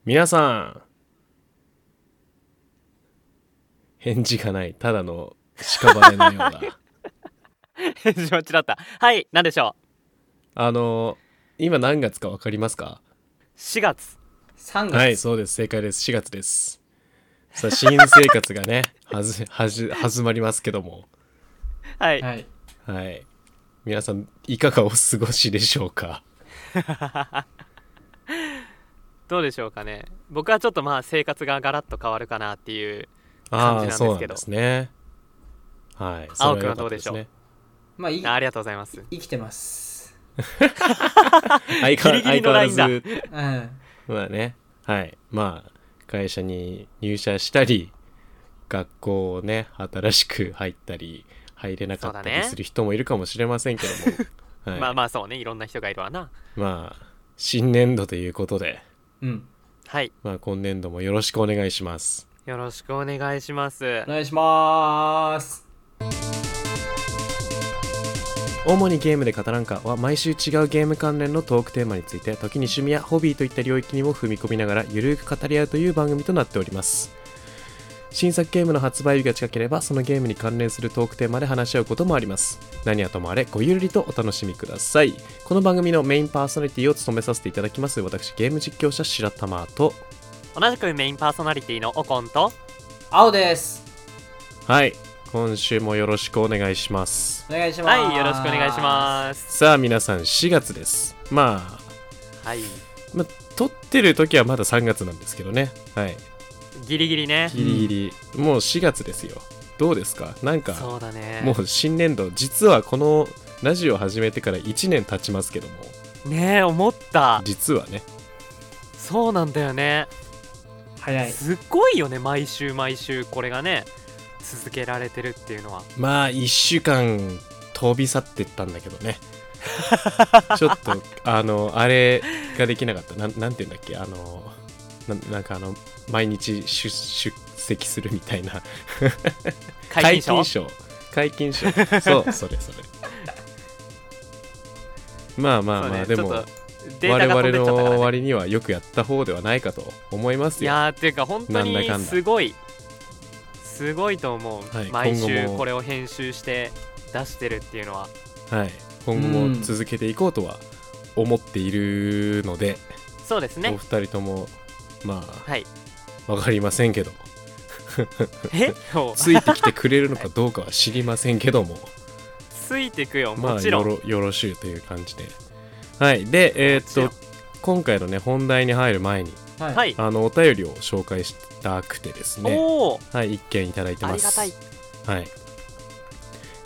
皆さん、返事がない、ただの屍のようだ。 返事待ちだった。はい、何でしょ今何月か分かりますか？ う。4月。 3月。 はい、そうです。正解です。4月です。さあ、新生活がね、始まりますけども。 はい。 はい。 はい。皆さん、いかがお過ごしでしょうか？ どうでしょうかね。僕はちょっと生活がガラッと変わるかなっていう感じなんですけど。 そうなんですね。はい。 青くんはどうでしょう？ まあ、 ありがとうございます。 生きてます。 ギリギリのラインだ。 うん。 まあね。はい。まあ、会社に入社したり、学校をね、新しく入ったり、入れなかったりする人もいるかもしれませんけども。はい、 まあそうね、いろんな人がいるわな。 まあ、新年度ということで、 うん。 はい。 まあ今年度もよろしくお願いします。 よろしくお願いします。 お願いします。 主にゲームで語らんかは毎週違うゲーム関連のトークテーマについて、時に趣味やホビーといった領域にも踏み込みながらゆるく語り合うという番組となっております。新作ゲームの発売日が近ければそのゲームに関連するトークテーマで話し合うこともあります。何はともあれごゆるりとお楽しみください。この番組のメインパーソナリティを務めさせていただきます私ゲーム実況者白玉と、 同じくメインパーソナリティのおこんと青です。 はい、今週もよろしくお願いします。 お願いします。 はい、よろしくお願いします。 さあ皆さん4月です。まあ撮ってる時はまだ3月なんですけどね。はい、 ギリギリね。 ギリギリ、もう4月ですよ。どうですか？なんかそうだね。 もう新年度、実はこのラジオ始めてから1年経ちますけどもねえ、思った。 実はね、 そうなんだよね。 早い。 すっごいよね、毎週毎週これがね続けられてるっていうのは。 まあ1週間飛び去ってったんだけどね。ちょっとあれができなかった。なんていうんだっけ、なんか毎日出席するみたいな解禁賞。 そうそれまあまあまあ、 ね、 でも我々の割にはよくやった方ではないかと思いますよ。 いやー、っていうか本当にすごいと思う、 はい、 毎週これを編集して出してるっていうのは。 はい、今後も続けていこうとは思っているので、 そうですね。 お二人ともまあ、 はい、 わかりませんけどついてきてくれるのかどうかは知りませんけどもついてくよ、もちろん、 まあ、よろしゅうという感じで。はい。で、今回のね本題に入る前に、 はい、 お便りを紹介したくてですね、はい、一件いただいてます。 ありがたい。 はい。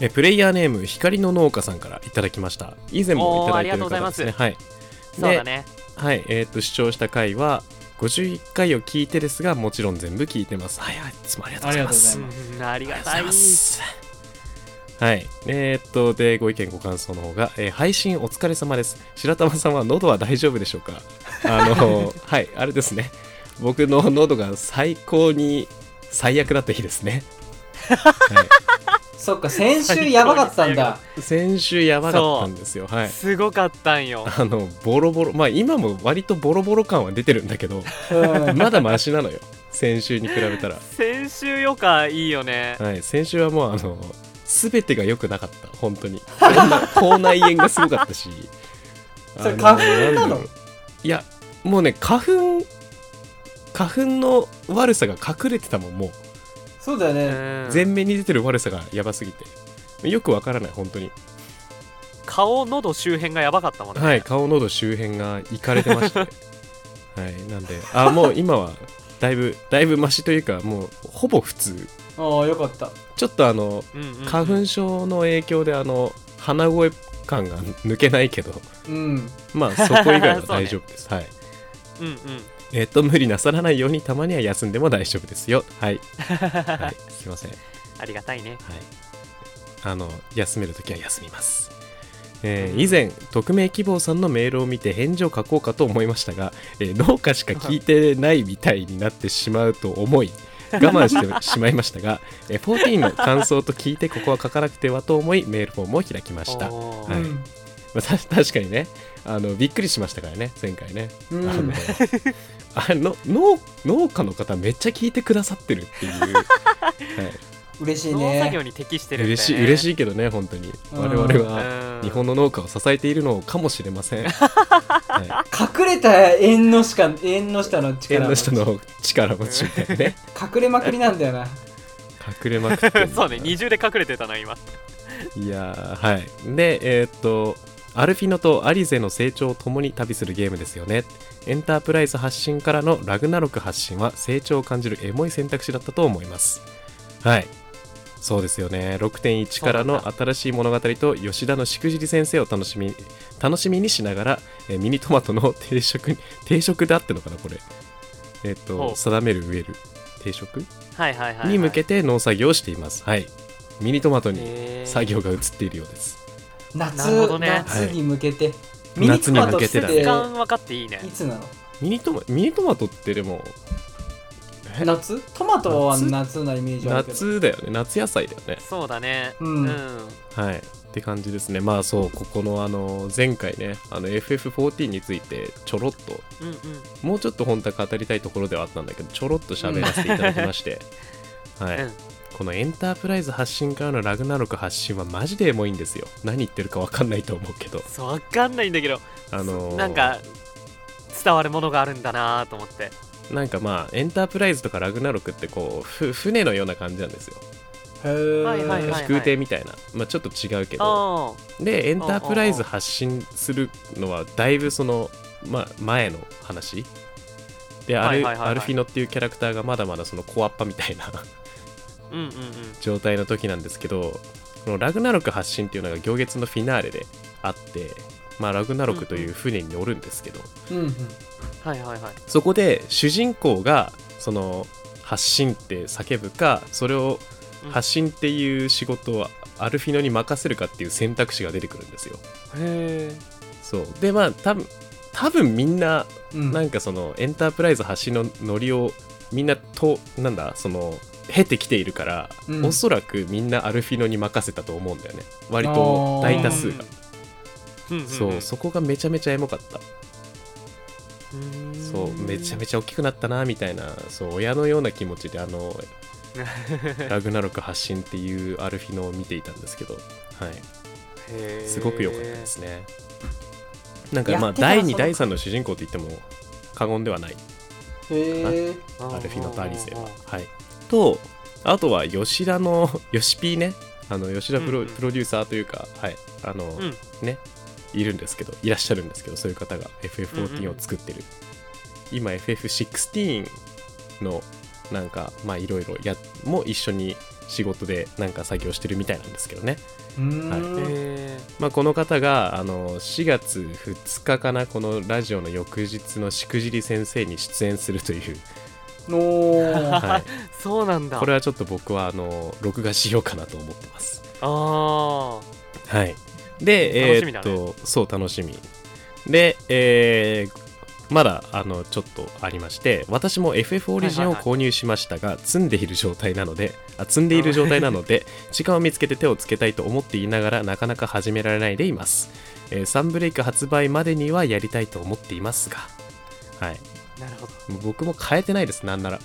プレイヤーネーム光の農家さんからいただきました。以前もいただいてる方ですね。はい。 そうだね。 はい。視聴した回は51回を聞いてですが、もちろん全部聞いてます。はい、いつもありがとうございます。 ありがたい。 はい。で、ご意見ご感想の方が、配信お疲れ様です。白玉さんは喉は大丈夫でしょうか？はい、あれですね。僕の喉が最高に最悪だった日ですね。はい、 そっか、先週やばかったんだ。 先週やばかったんですよ。はい。 すごかったんよ。 ボロボロ、まあ今も割とボロボロ感は出てるんだけど、まだマシなのよ。先週に比べたら。 先週よかいいよね。 はい、先週はもう全てが良くなかった。本当に口内炎がすごかったしそれ花粉なの？ いや、もうね、花粉の悪さが隠れてたもん。もうそうだよね。 前面に出てる悪さがやばすぎてよくわからない。本当に顔喉周辺がやばかったもんね。 はい、顔喉周辺がいかれてましてはい、なんでもう今はだいぶマシというか、もうほぼ普通。 ああ、よかった。 ちょっと花粉症の影響で鼻声感が抜けないけど、まあそこ以外は大丈夫です。はい。無理なさらないようにたまには休んでも大丈夫ですよ。はい。はい、すいません。 ありがたいね。 はい。休めるときは休みます。以前匿名希望さんのメールを見て返事を書こうかと思いましたが、農家しか聞いてないみたいになってしまうと思い我慢してしまいましたが14の感想と聞いてここは書かなくてはと思いメールフォームを開きました。はい、確かにね、びっくりしましたからね、前回ね。 農家の方めっちゃ聞いてくださってるっていう、はい、 嬉しい農作業ね。 に適してるんだよね。 嬉しいけどね本当にうん我々は日本の農家を支えているのかもしれません、は隠れた縁の下のい、縁力の下の力持ちみたいなね隠れまくりなんだよな。 隠れまくってんだそうね、二重で隠れてたな今。 いやーはいでアルフィノとアリゼの成長を共に旅するゲームですよね。エンタープライズ発信からのラグナロク発信は成長を感じるエモい選択肢だったと思います。はい、そうですよね。 6.1 からの新しい物語と吉田のしくじり先生を楽しみにしながら、ミニトマトの定食であってのかなこれ、定める植える定食はいはいはい、はい、 に向けて農作業をしています。はい、ミニトマトにへー作業が移っているようです。 なるほどね夏に向けて、 いミニトマトって夏に向けてだ時間分かっていいね。 いつなの？ ミニトマトってでも夏？トマトは夏なイメージあるけど。 夏だよね。夏野菜だよね。 そうだね。 うんはいって感じですね。まあそうここの前回ねFF14 についてちょろっとうんうんもうちょっと本当は語りたいところではあったんだけどちょろっと喋らせていただきまして、はい、 うんこのエンタープライズ発信からのラグナロク発信はマジでエモいんですよ。何言ってるか分かんないと思うけどそう分かんないんだけど、なんか伝わるものがあるんだなと思って。 なんかまあエンタープライズとかラグナロクってこう船のような感じなんですよ。 へーはいはいはい飛空艇みたいな、まあ、ちょっと違うけどあでエンタープライズ発信するのはだいぶその、まあ、前の話ではいはいはいはいアルフィノっていうキャラクターがまだまだそのコアッパみたいなーうんうんうん状態の時なんですけどこのラグナロク発信っていうのが行月のフィナーレであって、まあ、ラグナロクという船に乗るんですけど、 うんうん。 はいはいはい。 そこで主人公がその発信って叫ぶかそれを発信っていう仕事をアルフィノに任せるかっていう選択肢が出てくるんですよ。 へえ。 そうでまあ多分みんなうんなんかそのエンタープライズ発信のノリをみんなとなんだその経てきているから、 うんおそらくみんなアルフィノに任せたと思うんだよね。割と大多数が。そうそこがめちゃめちゃエモかった。そうめちゃめちゃ大きくなったなみたいなそう親のような気持ちでラグナロク発信っていうアルフィノを見ていたんですけど、はい、すごく良かったですね。なんかまあ第2第3の主人公と言っても過言ではないへえ。 アルフィノとアリゼは、はい、とあとは吉田のヨシピーね吉田プロデューサーというか、はいねいるんですけどいらっしゃるんですけどそういう方が FF14 を作ってる、今 FF16 のなんかまあいろいろも一緒に仕事でなんか作業してるみたいなんですけどね。まあ、この方が4月2日かなこのラジオの翌日のしくじり先生に出演するというはい、 そうなんだ。 これはちょっと僕は録画しようかなと思ってます。はいで楽しみだね。 そう楽しみでまだちょっとありまして私も FF オリジンを購入しましたが、積んでいる状態なので時間を見つけて手をつけたいと思っていながらなかなか始められないでいます。サンブレイク発売までにはやりたいと思っていますが、はい、 なるほど。 僕も変えてないです。なんなら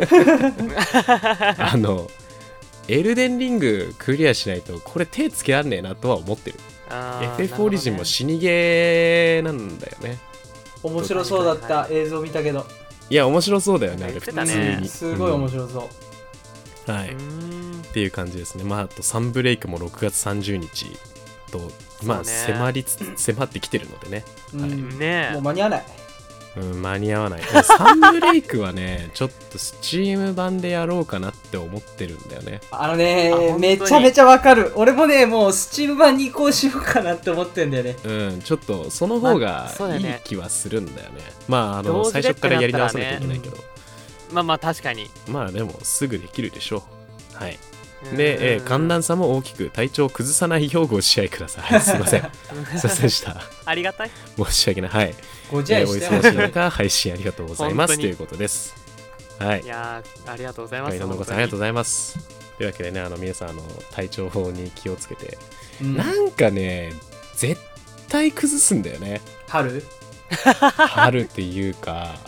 エルデンリングクリアしないとこれ手つけらんねえなとは思ってる。FF オリジンも死にゲーなんだよね。 面白そうだった映像見たけど。 いや面白そうだよねあれ普通言ってたねに。 すごい面白そう。 はいっていう感じですね。まああとサンブレイクも6月30日とまあ迫ってきてるのでね、 ねもう間に合わない。 間に合わない。サンブレイクはねちょっとスチーム版でやろうかなって思ってるんだよね。 めちゃめちゃわかる。俺もねもうスチーム版に移行しようかなって思ってんだよね。 ちょっとその方がいい気はするんだよね。まあ最初からやり直さなきゃいけないけど、 まあ確かにまあでもすぐできるでしょう。はいで、寒暖差も大きく体調を崩さないようご自愛ください。すいませんすいませんでした。 ありがたい。 申し訳ない。はいご自愛おして忙しい中配信ありがとうございますということです。はい。 いやありがとうございます。 井上さんありがとうございます。というわけでね皆さん体調に気をつけて、 うんなんかね絶対崩すんだよね。 春春っていうか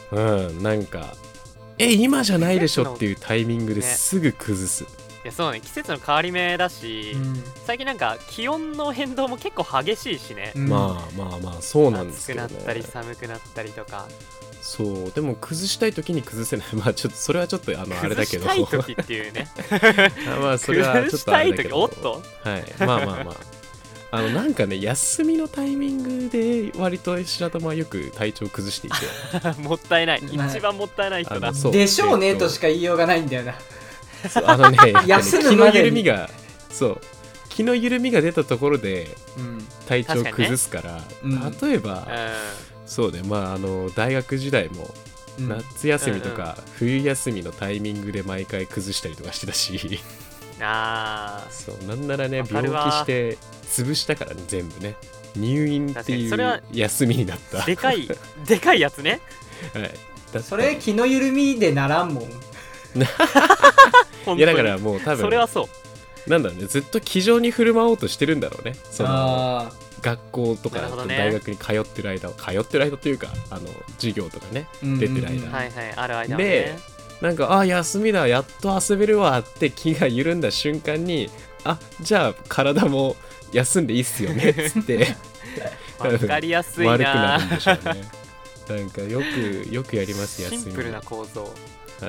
なんか今じゃないでしょっていうタイミングですぐ崩す。 いやそうね、季節の変わり目だし、最近なんか気温の変動も結構激しいしね、 まあそうなんですけどね。 暑くなったり寒くなったりとか。 そうでも崩したい時に崩せない。まあちょっとそれはちょっとあれだけど、 崩したい時っていうねまあそれはちょっとあれだけど、 崩したい時おっと、 はい、まあなんかね休みのタイミングで割と白玉はよく体調崩していてもったいない、一番もったいない人だ。 でしょうねとしか言いようがないんだよな。 休むまでに気の緩みが出たところで体調崩すから、例えば、そうね、まあ大学時代も夏休みとか冬休みのタイミングで毎回崩したりとかしてたしそうなんならね病気して潰したからね、全部ね入院っていう休みになった。 でかいやつねはい、 それ気の緩みでならんもんいやだからもう多分それはそうなんだろうね、ずっと気丈に振る舞おうとしてるんだろうね。その学校とか大学に通ってる間というか授業とかね、出てる間、 ある間でなんか休みだやっと遊べるわって気が緩んだ瞬間にじゃあ体も休んでいいっすよねっつってわかりやすいな。 悪くなるんでしょうね。なんかよくやります休み。 シンプルな構造。 はい。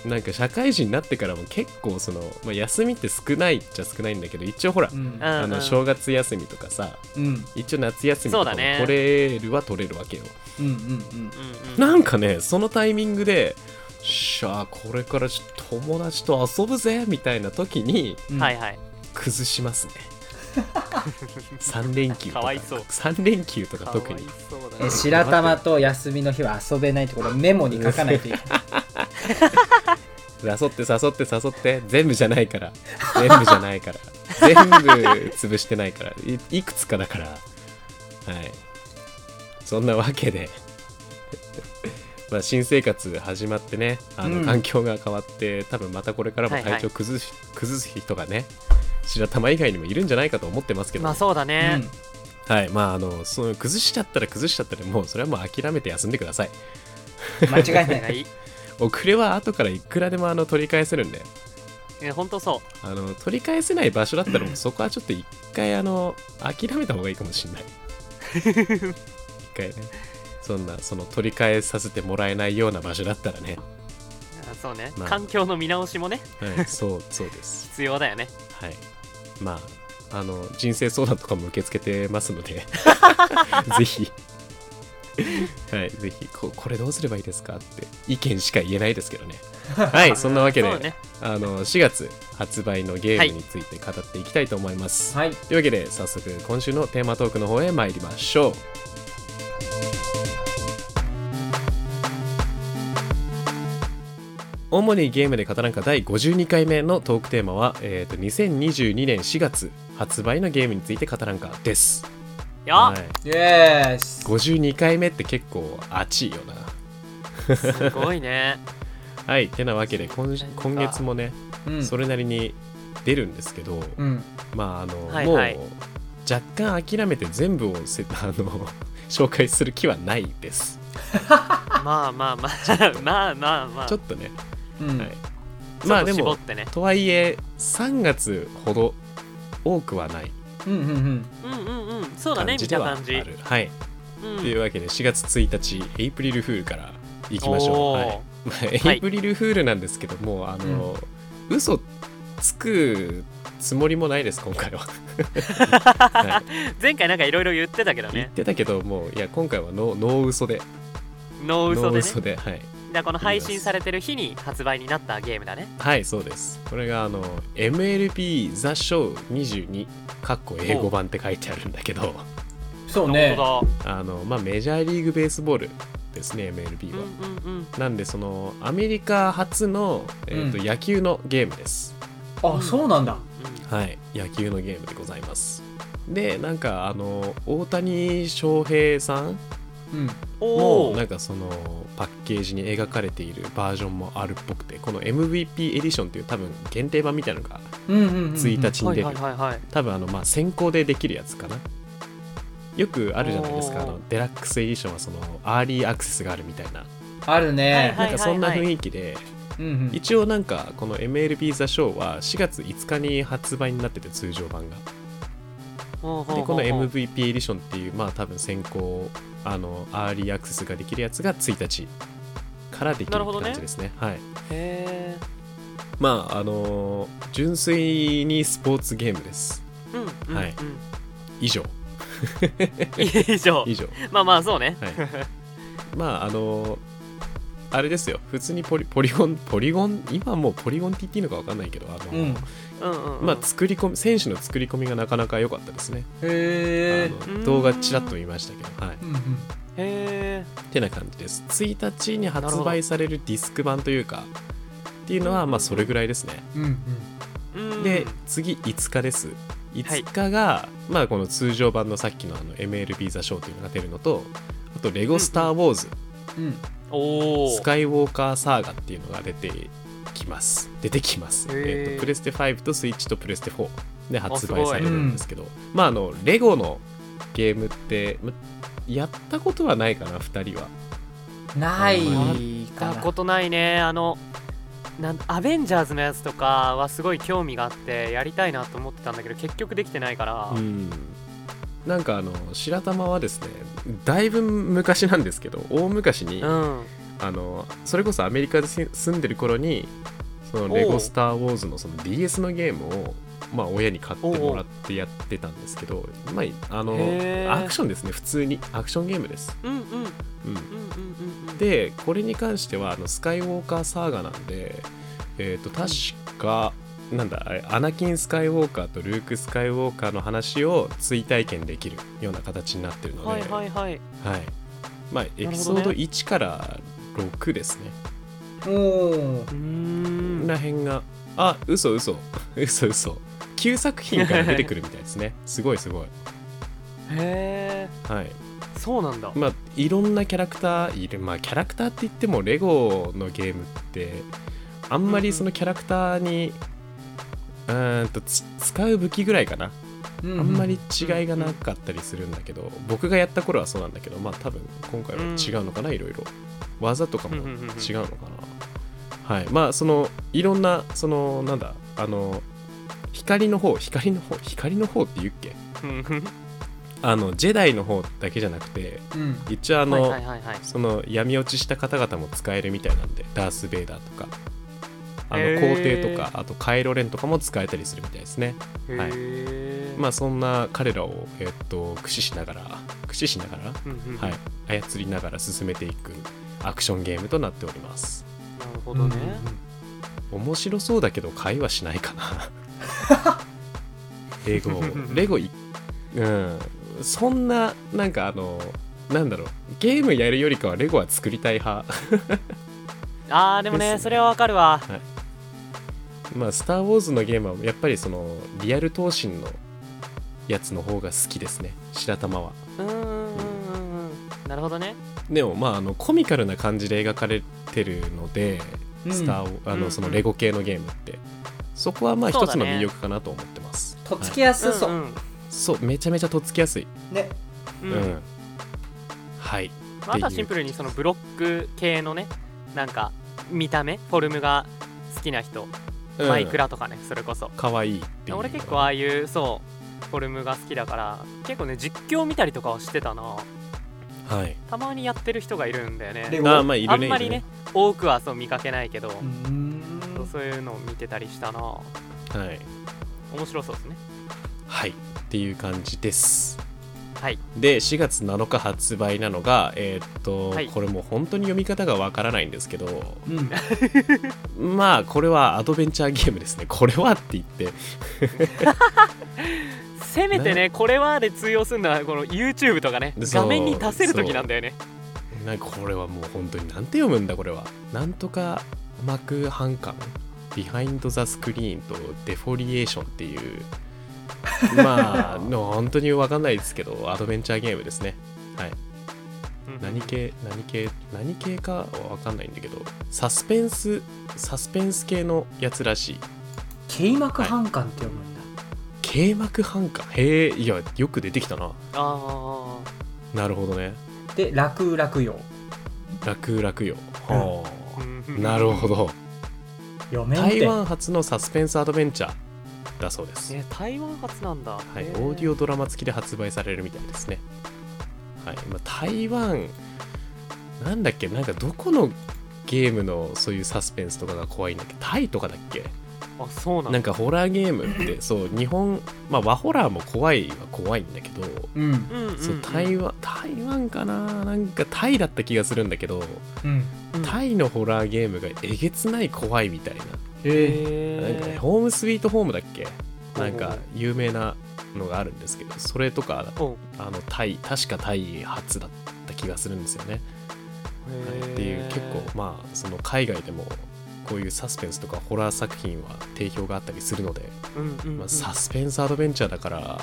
なんか社会人になってからも結構休みって少ないっちゃ少ないんだけど、一応ほら、正月休みとかさ、一応夏休みとかも取れるは取れるわけよ。なんかねそのタイミングでこれから友達と遊ぶぜみたいな時に崩しますね。3連休とか3連休とか特に白玉と休みの日は遊べないってことメモに書かないといけない誘って全部じゃないから全部潰してないから いくつかだから、はい、そんなわけでまあ新生活始まってね環境が変わって多分またこれからも体調崩す人がね白玉以外にもいるんじゃないかと思ってますけど、 まあそうだね、 はい、まあその崩しちゃったらもうそれはもう諦めて休んでください。 間違いない遅れは後からいくらでも取り返せるんで。 本当そう。 取り返せない場所だったらもうそこはちょっと一回諦めた方がいいかもしれない。一回ね、その取り返させてもらえないような場所だったらね。 そうね、環境の見直しもね、 はい、そうです必要だよね。 はい、まあ人生相談とかも受け付けてますのでぜひはいぜひこれどうすればいいですかって意見しか言えないですけどね。はいそんなわけで、ね、4月発売のゲームについて語っていきたいと思います、はい、というわけで早速今週のテーマトークの方へ参りましょう。主にゲームで語らんか第52回目のトークテーマは、2022年4月発売のゲームについて語らんかです。 はい、 52回目って結構熱いよな。すごいね。 はい、てなわけで今月もね、それなりに出るんですけど、まあもう若干諦めて全部を紹介する気はないです。 まあちょっとね、はい、まあでも、ね、とはいえ3月ほど多くはないそうだね、 感じではある。はい、というわけで4月1日エイプリルフールからいきましょう。はいエイプリルフールなんですけども嘘つくつもりもないです今回は、 はい、前回なんかいろいろ言ってたけどね。 言ってたけどもういや今回はノー嘘ではい。 じゃあこの配信されてる日に発売になったゲームだね。 はいそうです。これがMLB The Show 22英語版って書いてあるんだけどそうねまあ、メジャーリーグベースボールですね MLB は、なんでそのアメリカ初の、野球のゲームです。 そうなんだ。 はい野球のゲームでございます。でなんか大谷翔平さんもうなんかそのパッケージに描かれているバージョンもあるっぽくて、この MVP エディションっていう多分限定版みたいなのが1日に出る、多分まあ先行でできるやつかな。よくあるじゃないですかデラックスエディションはそのアーリーアクセスがあるみたいなあるね、 なんかそんな雰囲気で、 うんうん、 一応なんかこの MLB ザショーは4月5日に発売になってて、通常版が。でこの MVP エディションっていう、まあ多分先行アーリーアクセスができるやつが1日からできるって感じですね。はい。 へー。 まあ純粋にスポーツゲームです。 うん、 はい、 うん、 以上以上まあまあそうね、 はい、まああれですよ、普通にポリゴン、今もうポリゴンって言っていいのか分かんないけど、まあ作り込み、選手の作り込みがなかなか良かったですね。 へー。動画ちらっと見ましたけど、はい、 うんうん、 へーってな感じです。1日に発売されるディスク版というかっていうのはまあそれぐらいですね。 うんうん、 で次5日です。5日が、まあこの通常版のさっきのMLB ザショーというのが出るのと、あとレゴスターウォーズ、スカイウォーカーサーガっていうのが出てきます。プレステ5とスイッチとプレステ4で発売されるんですけど、まあレゴのゲームってやったことはないかな、2人は。 ないかな。 やったことないね。アベンジャーズのやつとかはすごい興味があってやりたいなと思ってたんだけど、結局できてないから。 なんか白玉はですね、だいぶ昔なんですけど、大昔に、それこそアメリカで住んでる頃にそのレゴスターウォーズのその DS のゲームをまあ親に買ってもらってやってたんですけど、まあアクションですね、普通にアクションゲームです。でこれに関してはスカイウォーカーサーガなんで、確かなんだアナキン・スカイウォーカーとルーク・スカイウォーカーの話を追体験できるような形になってるので、はいまあエピソード1から6ですね。らへんが嘘9作品から出てくるみたいですね。すごいへえ。 はい、 そうなんだ。 まあいろんなキャラクターいる。まあキャラクターって言ってもレゴのゲームってあんまりそのキャラクターに使う武器ぐらいかな、あんまり違いがなかったりするんだけど、僕がやった頃はそうなんだけど、まあ多分今回は違うのかな、いろいろ技とかも違うのかな。はい、まあそのいろんなそのなんだ光の方って言うっけジェダイの方だけじゃなくて、一応その闇落ちした方々も使えるみたいなんで、ダース・ベイダーとか皇帝とか、あとカイロレンとかも使えたりするみたいですね。はい、まあそんな彼らを、駆使しながら、はい、操りながら進めていくアクションゲームとなっております。 なるほどね。 面白そうだけど会話しないかな。レゴそんななんかなんだろう、ゲームやるよりかはレゴは作りたい派。 でもね、それはわかるわ。 はい、まあスター・ウォーズのゲームはやっぱりそのリアル闘神のやつの方が好きですね、白玉は。 なるほどね。 でもまあコミカルな感じで描かれてるので、そのレゴ系のゲームってそこはまあ一つの魅力かなと思ってます。 とっつきやすそう、 そうめちゃめちゃとっつきやすいね。 はい。 あとはシンプルにそのブロック系のね、なんか見た目フォルムが好きな人、マイクラとかね、それこそ可愛いっていう。 俺結構ああいうそうフォルムが好きだから結構ね実況見たりとかはしてたな。 はい、 たまにやってる人がいるんだよね。 まあいるね、 あんまりね多くは見かけないけど、そういうのを見てたりしたな。はい、面白そうですね。 はいっていう感じです。 はい、 で4月7日発売なのがこれもう本当に読み方がわからないんですけど、まあこれはアドベンチャーゲームですね。これはって言ってせめてねこれはで通用するのはこの YouTube とかね、画面に出せる時なんだよね。 これはもう本当になんて読むんだこれは。なんとか幕半巻ビハインドザスクリーンとデフォリエーションっていうまあ本当に分かんないですけどアドベンチャーゲームですね。はい、何系かは分かんないんだけどサスペンス系のやつらしい。 ケイマク半巻って読むんだ。 ケイマク半巻、へえ、いやよく出てきたな。なるほどね。 で楽々よはあ、なるほど。 読めんて。 台湾発のサスペンスアドベンチャーだそうです。 台湾発なんだ。 はい、オーディオドラマ付きで発売されるみたいですね。はい、台湾なんだっけ、なんかどこのゲームのそういうサスペンスとかが怖いんだっけ、タイとかだっけ。 あ、そうなんだ。 なんかホラーゲームってそう日本、和ホラーも怖いは怖いんだけど、そう台湾かな、なんかタイだった気がするんだけど、タイのホラーゲームがえげつない怖いみたいな。なんかね、ホームスイートホームだっけ、なんか有名なのがあるんですけど、それとか確かタイ発だった気がするんですよね。っていう結構その海外でもこういうサスペンスとかホラー作品は定評があったりするので、サスペンスアドベンチャーだから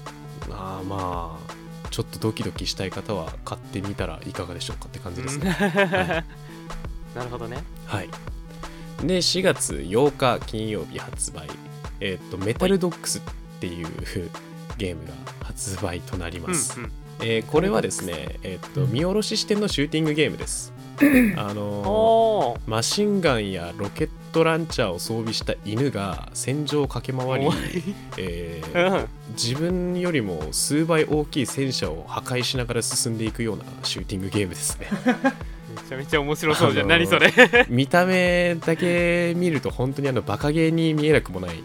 ちょっとドキドキしたい方は買ってみたらいかがでしょうかって感じですね。 なるほどね。 はい。で4月8日金曜日発売、メタルドックスっていうゲームが発売となります。これはですね、見下ろし視点のシューティングゲームです。マシンガンやロケットランチャーを装備した犬が戦場を駆け回り、自分よりも数倍大きい戦車を破壊しながら進んでいくようなシューティングゲームですね。 めちゃめちゃ面白そうじゃん。何それ。 見た目だけ見ると本当にバカゲーに見えなくもない。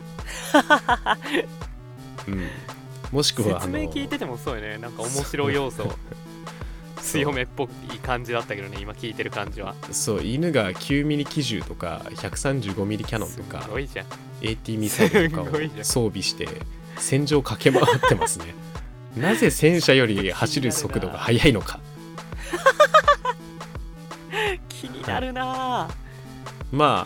もしくは説明聞いててもそうよね。なんか面白い要素強めっぽい感じだったけどね、今聞いてる感じは。そう、犬が9ミリ機銃とか135ミリキャノンとか AT ミサイルとかを装備して戦場を駆け回ってますね。なぜ戦車より走る速度が速いのか。気になるな。 面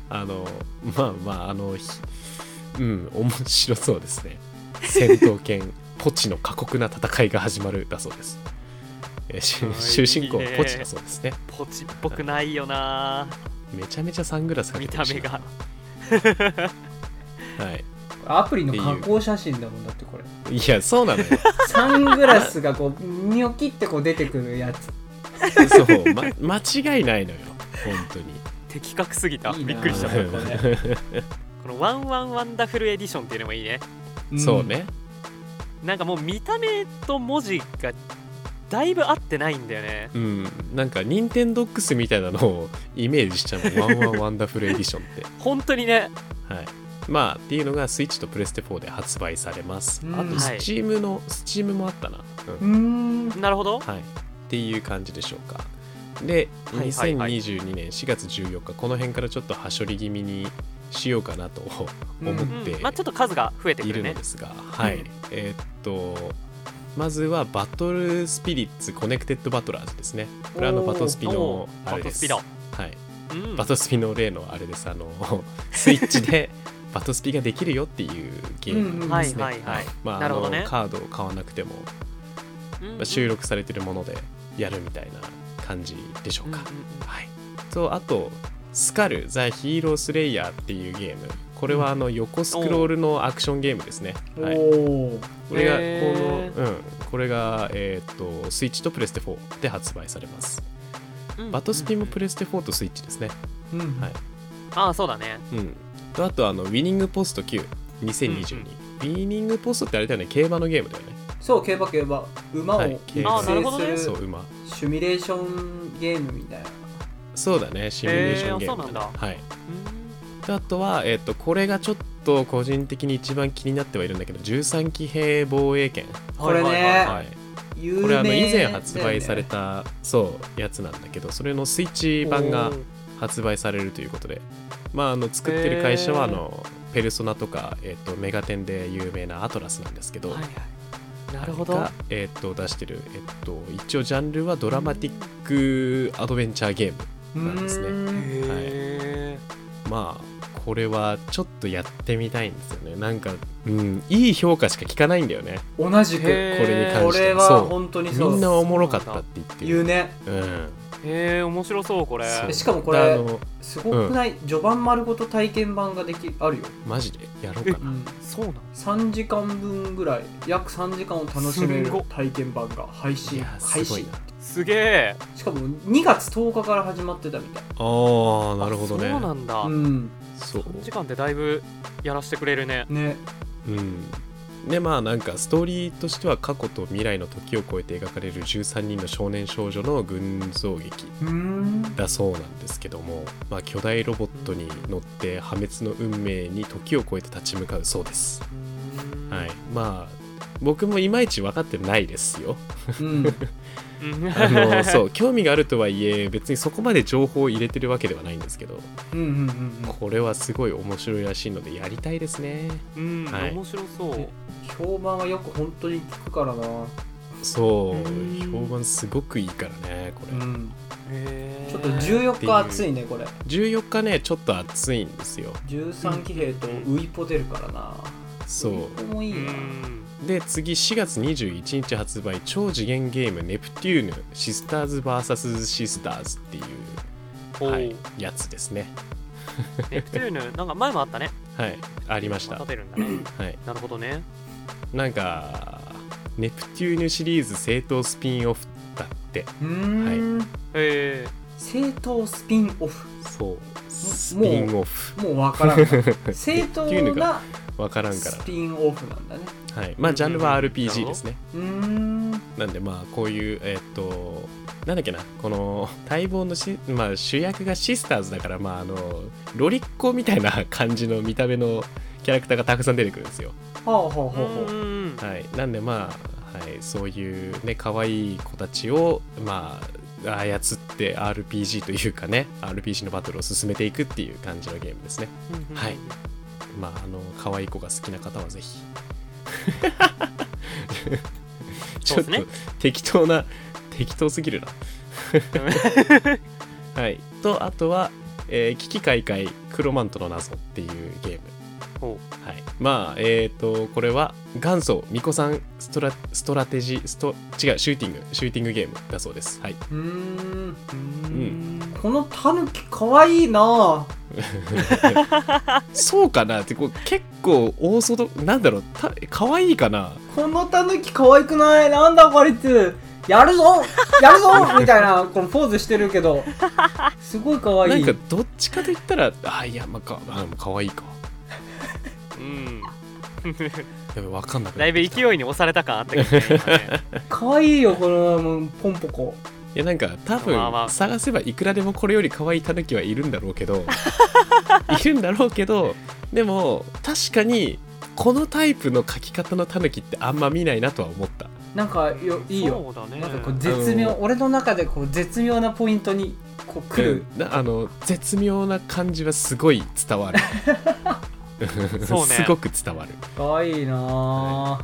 白そうですね。戦闘犬ポチの過酷な戦いが始まるだそうです。終身公ポチだそうですね。 ポチっぽくないよな。 めちゃめちゃサングラスかけてるし、 見た目がはい。 アプリの加工写真だもんだってこれ。 いやそうなのよ。 サングラスがこうニョキってこう出てくるやつ。 そう、間違いないのよ本当に。 的確すぎた。びっくりした。このワンワンワンダフルエディションっていうのもいいね。 そうね。 なんかもう見た目と文字がだいぶ合ってないんだよね。 なんかニンテンドックスみたいなのをイメージしちゃう。ワンワンワンダフルエディションって本当にね。 はい。っていうのがスイッチとプレステ4で発売されます。あとスチームもあったな。 なるほど。 はい。っていう感じでしょうか。で、2022年4月14日、この辺からちょっとはしょり気味にしようかなと思ってちょっと数が増えてくるね。 いるのですが、はい。まずはバトルスピリッツコネクテッドバトラーズですね。これはバトスピのあれです。はい。バトスピの例のあれです。スイッチでバトスピができるよっていうゲームですね。 なるほどね。 カードを買わなくても、収録されてるものでやるみたいな感じでしょうか。はい。あとスカルザ・ヒーロースレイヤーっていうゲーム。これは横スクロールのアクションゲームですね。はい。これがスイッチとプレステ4で発売されます。バトスピもプレステ4とスイッチですね。はい。 ああそうだね。 あとウィニングポスト9 2022、ウィニングポストってあれだよね、競馬のゲームだよね。 そう、競馬馬を育成するシミュレーションゲームみたいな。 そうだね、シミュレーションゲーム。そうなんだ。はい。あとはこれがちょっと個人的に一番気になってはいるんだけど、13騎兵防衛権。 これね、 これ以前発売されたやつなんだけど、それのスイッチ版が発売されるということで、作ってる会社はペルソナとかメガテンで有名なアトラスなんですけど、 なるほど。が出してる一応ジャンルはドラマティックアドベンチャーゲームなんですね。はい。これはちょっとやってみたいんですよね。なんか、いい評価しか聞かないんだよね。 同じくこれに関して。 これは本当にそう。 みんなおもろかったって言ってる。 言うね。 面白そうこれ。 しかもこれすごくない、序盤丸ごと体験版があるよ。 マジでやろうかな。 そうなの。 3時間分ぐらい、約3時間を楽しめる体験版が配信。 すげえ。 しかも2月10日から始まってたみたい。 ああ、なるほどね。 そうなんだ。そう。3時間でだいぶやらせてくれるね。 でまあなんかストーリーとしては過去と未来の時を超えて描かれる13人の少年少女の群像劇だそうなんですけども、まあ、巨大ロボットに乗って破滅の運命に時を超えて立ち向かうそうです。はい、まあ僕もいまいち分かってないですよ。そう興味があるとはいえ別にそこまで情報を入れてるわけではないんですけど、これはすごい面白いらしいのでやりたいですね。 はい、面白そう。 評判はよく本当に聞くからな。 そう評判すごくいいからねこれ。 ちょっと14日暑いねこれ。 14日ねちょっと暑いんですよ。 13騎兵とウイポ出るからな。 そうウイポもいいな。 で次4月21日発売超次元ゲームネプテューヌシスターズ vs シスターズっていう、はい、やつですね。 ネプテューヌなんか前もあったね。 はいありました。 立てるんだね。 はい、 なるほどね。 なんかネプテューヌシリーズ正当スピンオフだって。 正当スピンオフ。 そうスピンオフもう分からん。正当な分からんからスピンオフなんだね。 はい、まあジャンルは RPG ですね。なんでまあこういうなんだっけなこの待望のまあ、主役がシスターズだからまあロリッコみたいな感じの見た目のキャラクターがたくさん出てくるんですよ。はい、なんでまあ、はい、そういうね可愛い子たちをまあ操って RPG というかね RPG のバトルを進めていくっていう感じのゲームですね。はい。まあ可愛い子が好きな方はぜひ。ちょっと適当すぎるな。はい。とあとは、危機開会クロマントの謎っていうゲーム。はい、まあこれは元祖ミコさんストラテジ違うシューティングゲームだそうです。はい。 このタヌキかわいいな。 そうかなって結構大外なんだろうかわいいかな。 このタヌキかわいくない？なんだこいつやるぞみたいなこのポーズしてるけどすごいかわいい。 なんかどっちかと言ったらいやまあかわいいか。やべ分かんなくなだいぶ勢いに押された感あったけどね。 かわいいよこのポンポコ。 いやなんか多分探せばいくらでもこれより可愛いタヌキはいるんだろうけどでも確かにこのタイプの描き方のタヌキってあんま見ないなとは思った。 なんかいいよ。 そうだね。 なんかこう絶妙、俺の中でこう絶妙なポイントにこう来る、 絶妙な感じはすごい伝わる。そうね、すごく伝わる。 かわいいな、 はい、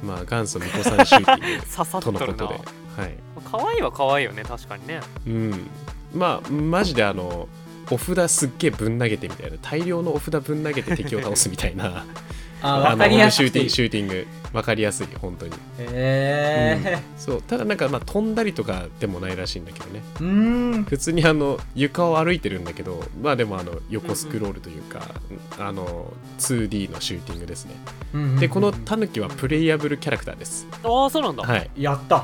まあ元祖ミコさんシューティングとのことで、はい、 かわいいはかわいいよね確かにね。 まあマジでお札すっげえぶん投げてみたいな大量のお札ぶん投げて敵を倒すみたいな分かりやすいシューティング分かりやすい本当に。そうただなんかまあ飛んだりとかでもないらしいんだけどね。普通に床を歩いてるんだけどまあでも横スクロールというか、2D のシューティングですね。でこのタヌキはプレイヤブルキャラクターです。 ああそうなんだ。 はい、 やった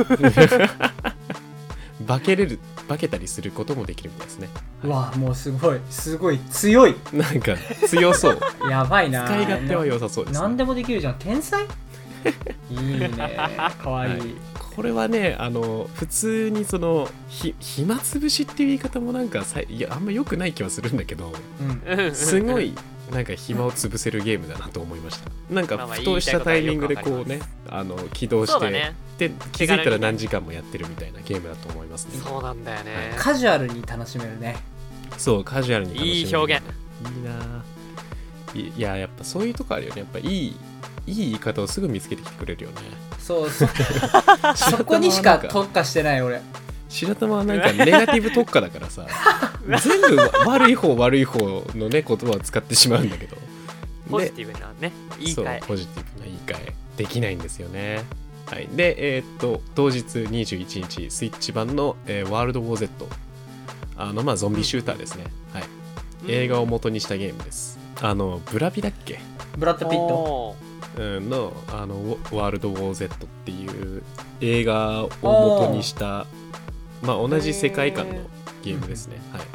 化けたりすることもできるみたいですね。 うわもうすごい強い。 なんか強そうやばいな。 使い勝手は良さそうですね。 何でもできるじゃん。天才いいねかわいい、はい、 これはね普通に暇つぶしっていう言い方もなんかあんま良くない気はするんだけど、すごいなんか暇を潰せるゲームだなと思いました。なんかふとしたタイミングでこうね起動して、で気づいたら何時間もやってるみたいなゲームだと思いますね。 そうなんだよね、はい、 カジュアルに楽しめるね。 そうカジュアルに楽しめる。 いい表現。 いいな。やっぱそういうとこあるよね。やっぱいい言い方をすぐ見つけてきてくれるよね。 そうそこにしか特化してない俺。 白玉はなんかネガティブ特化だからさ全部悪い方のね言葉を使ってしまうんだけど、 ポジティブなね言い換え。 そうポジティブな言い換えできないんですよね。 はい、で、同日21日スイッチ版の、ワールドウォー Z ゾンビシューターですね、はい、映画を元にしたゲームです。ブラピだっけ、 ブラッド・ピットのワールドウォー Z っていう映画を元にした同じ世界観のゲームですね、はい、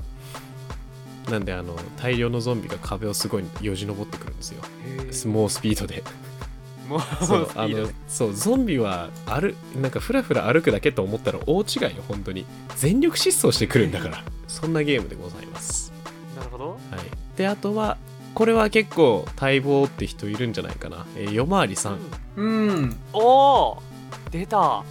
なんで大量のゾンビが壁をすごいよじ登ってくるんですよ、猛スピードでそうゾンビはなんかフラフラ歩くだけと思ったら大違いよ、本当に全力疾走してくるんだからそんなゲームでございます。 なるほど、はい、 であとはこれは結構待望って人いるんじゃないかな、夜回りさん、 おー出た、 はい、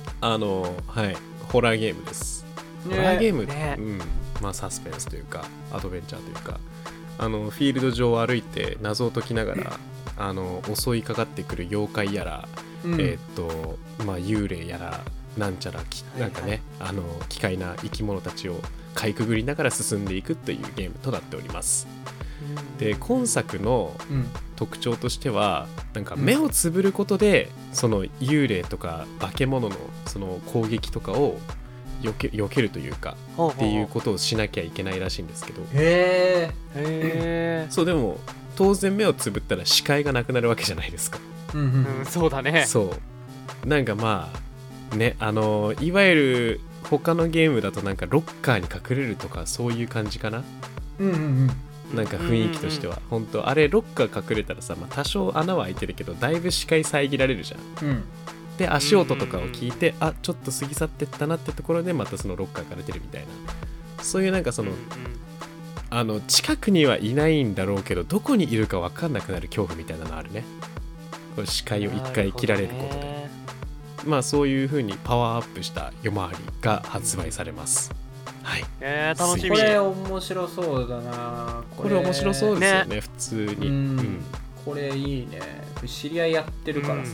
ホラーゲームです、ホラーゲーム、サスペンスというかアドベンチャーというかフィールド上を歩いて謎を解きながら襲いかかってくる妖怪やら、幽霊やらなんちゃらなんかね、奇怪な生き物たちをかいくぐりながら進んでいくというゲームとなっております。で今作の特徴としてはなんか目をつぶることでその幽霊とか化け物のその攻撃とかを避けるというかっていうことをしなきゃいけないらしいんですけど、そうでも当然目をつぶったら視界がなくなるわけじゃないですか、 そうだね、 そうなんかねいわゆる他のゲームだとなんかロッカーに隠れるとかそういう感じかな、なんか雰囲気としては本当あれロッカー隠れたらさ、多少穴は開いてるけどだいぶ視界遮られるじゃん、で足音とかを聞いてちょっと過ぎ去ってったなってところでまたそのロッカーから出るみたいな、そういうなんかその、近くにはいないんだろうけどどこにいるか分かんなくなる恐怖みたいなのあるね、これ視界を一回切られることで、そういう風にパワーアップした夜回りが発売されます。はい、 楽しみ。 これ面白そうだな。 これ面白そうですよね、普通に、 これいいね。知り合いやってるからさ。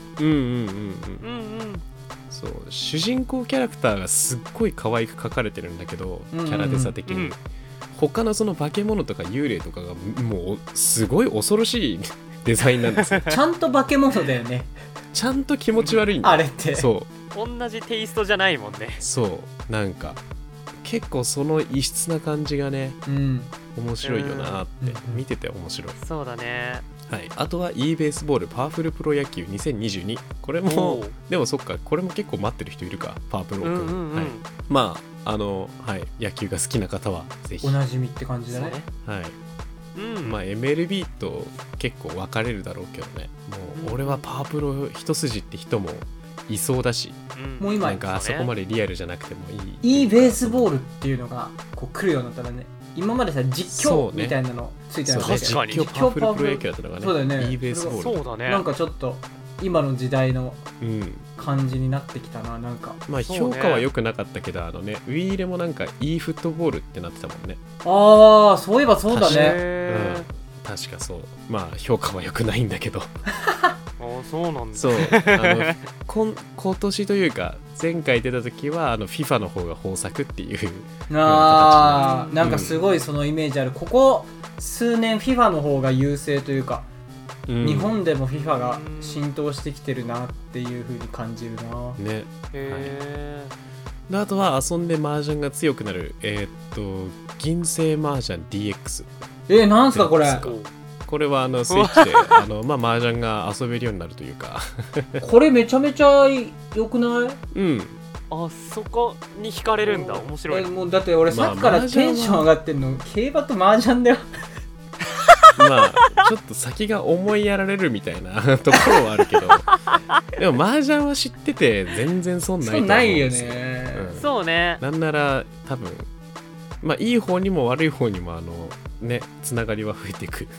そう主人公キャラクターがすっごい可愛く描かれてるんだけど、キャラデザ的に、他のその化け物とか幽霊とかがもうすごい恐ろしいデザインなんですよちゃんと化け物だよねちゃんと気持ち悪いんだあれって。 そう同じテイストじゃないもんね。 そうなんか結構その異質な感じがね、面白いよなって見てて面白い。 そうだね。 はい、あとは e ベースボールパワフルプロ野球2022、これもでもそっか、これも結構待ってる人いるか、パワプロ君、はい、はい、野球が好きな方はぜひ。 おなじみって感じだね。 はい、MLB と結構分かれるだろうけどね、もう俺はパワプロ一筋って人もいそうだし、 もう今なんかあそこまでリアルじゃなくてもいい。 いいベースボールっていうのがこう来るようになったらね、今までさ実況みたいなのついてなかったけど、 確かに実況パワフル野球だったのがね、 そうだよね、 いいベースボール、 そうだね、 なんかちょっと今の時代の感じになってきたな、なんか評価は良くなかったけど、ウィーレもなんかいいフットボールってなってたもんね。 ああ、そういえばそうだね、 確かそう。評価は良くないんだけどそうなんだ。 そう今年というか前回出た時はFIFA の方が豊作っていうなんかすごいそのイメージある。ここ数年 FIFA の方が優勢というか、日本でも FIFA が浸透してきてるなっていう風に感じるな。 ね。であとは遊んで麻雀が強くなる銀星麻雀 DX。 なんすかこれ。 これはスイッチで麻雀が遊べるようになるというかこれめちゃめちゃ良くない？ あそこに惹かれるんだ。面白い。 もうだって俺さっきからテンション上がってんの競馬と麻雀だよちょっと先が思いやられるみたいなところはあるけどでも麻雀は知ってて全然損ないと思うんですよ。 そうないよね、 そうね。 なんなら多分いい方にも悪い方にもつながりは増えていく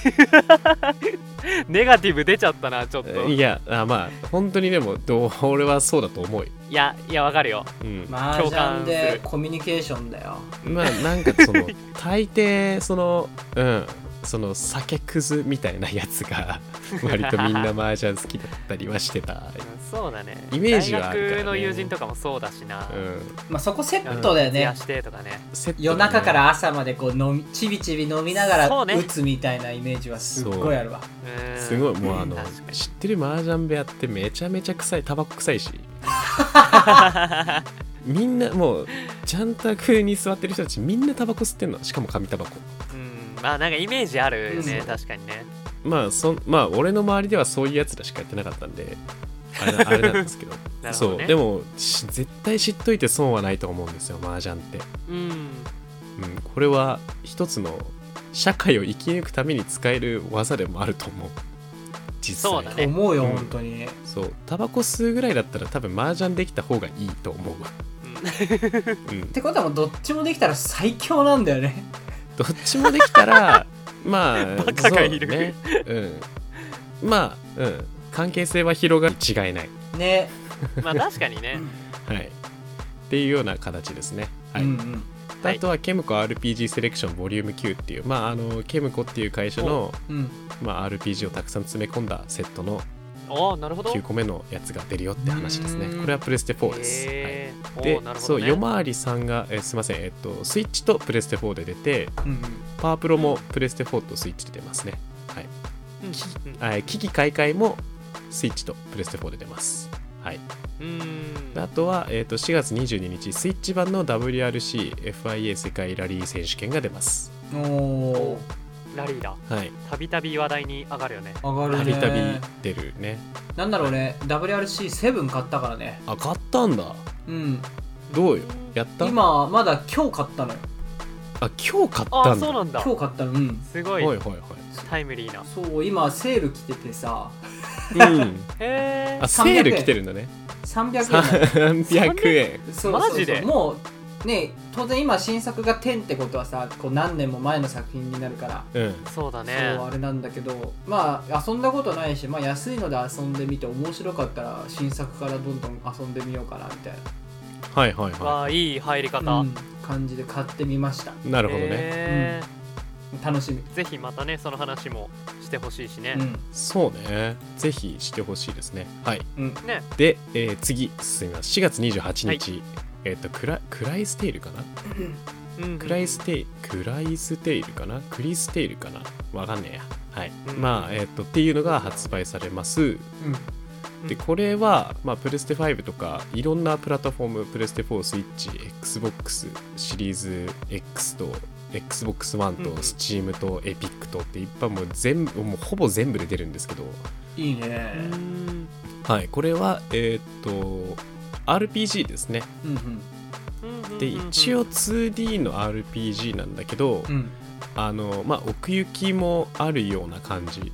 ネガティブ出ちゃったなちょっと。 いや本当にでも俺はそうだと思う。 いやわかるよ。 麻雀でコミュニケーションだよ。 なんかその大抵その酒くずみたいなやつが割とみんな麻雀好きだったりはしてたそうだね、 イメージはあるからね。 大学の友人とかもそうだしな、 まあそこセットだよね、 してとかね、 夜中から朝までこうちびちび飲みながら打つみたいなイメージはすっごいあるわ。 すごいもう知ってる麻雀部屋ってめちゃめちゃ臭い、タバコ臭いしみんなもうジャン卓に座ってる人たちみんなタバコ吸ってんの、しかも紙タバコ。 まあなんかイメージあるよね、確かにね。 まあ俺の周りではそういうやつらしかやってなかったんであれなんですけどなるほど、ね、 そうでも絶対知っといて損はないと思うんですよ、麻雀って。これは一つの社会を生き抜くために使える技でもあると思う、実際。 そうだね、思うよ、本当に。 そうタバコ吸うぐらいだったら多分麻雀できた方がいいと思うってことはもうどっちもできたら最強なんだよねどっちもできたらまあバカがいるね、まあ関係性は広がり違いないねまあ確かにねはいっていうような形ですね。はい、あとはケムコ RPG セレクションボリューム9っていう、まあケムコっていう会社の、まあ、RPG をたくさん詰め込んだセットの9個目のやつが出るよって話ですね。これはプレステ4です。はい、で、そう夜回りさんが、すいません、スイッチとプレステ4で出て、パワープロもプレステ4とスイッチで出ますね。はい。機器買い替えもスイッチとプレステ4で出ます。はい。あとは、4月22日スイッチ版の WRC-FIA 世界ラリー選手権が出ます。 ラリーだ。 はい。 たびたび話題に上がるよね。 上がるね。 たびたび出るね。 なんだろうね、WRC7 買ったからね。 あ、買ったんだ。どうよ、やった？ 今まだ今日買ったのよ。 あ、今日買ったんだ。 あ、そうなんだ。 今日買ったの。 すごい。 はい。 タイムリーな。 そう、今セール来ててさ。 へー。 あ、セール来てるんだね。 300円。 300円。 そうマジで？ もうね、当然今新作が10ってことはさ、こう何年も前の作品になるから、 そうだね。 そうあれなんだけど、まあ遊んだことないし、まあ安いので遊んでみて面白かったら新作からどんどん遊んでみようかなみたいな。 はい。いい入り方。 感じで買ってみました。 なるほどね。 楽しみ。 ぜひまたねその話もしてほしいしね。 そうね。ぜひしてほしいですね。はい。 ね。 で、次進みます。4月28日。クライステイルかな、クリステイルかな、わかんねえや。はい。まあっていうのが発売されます。でこれは、まあ、プレステ5とかいろんなプラットフォーム、プレステ4、スイッチ、XBOX シリーズ X と XBOX One と Steam と Epic とっていっぱいもうほぼ全部で出るんですけど、 いいね。 はい。これはRPG ですね。で一応 2D の RPG なんだけど、まあ奥行きもあるような感じ。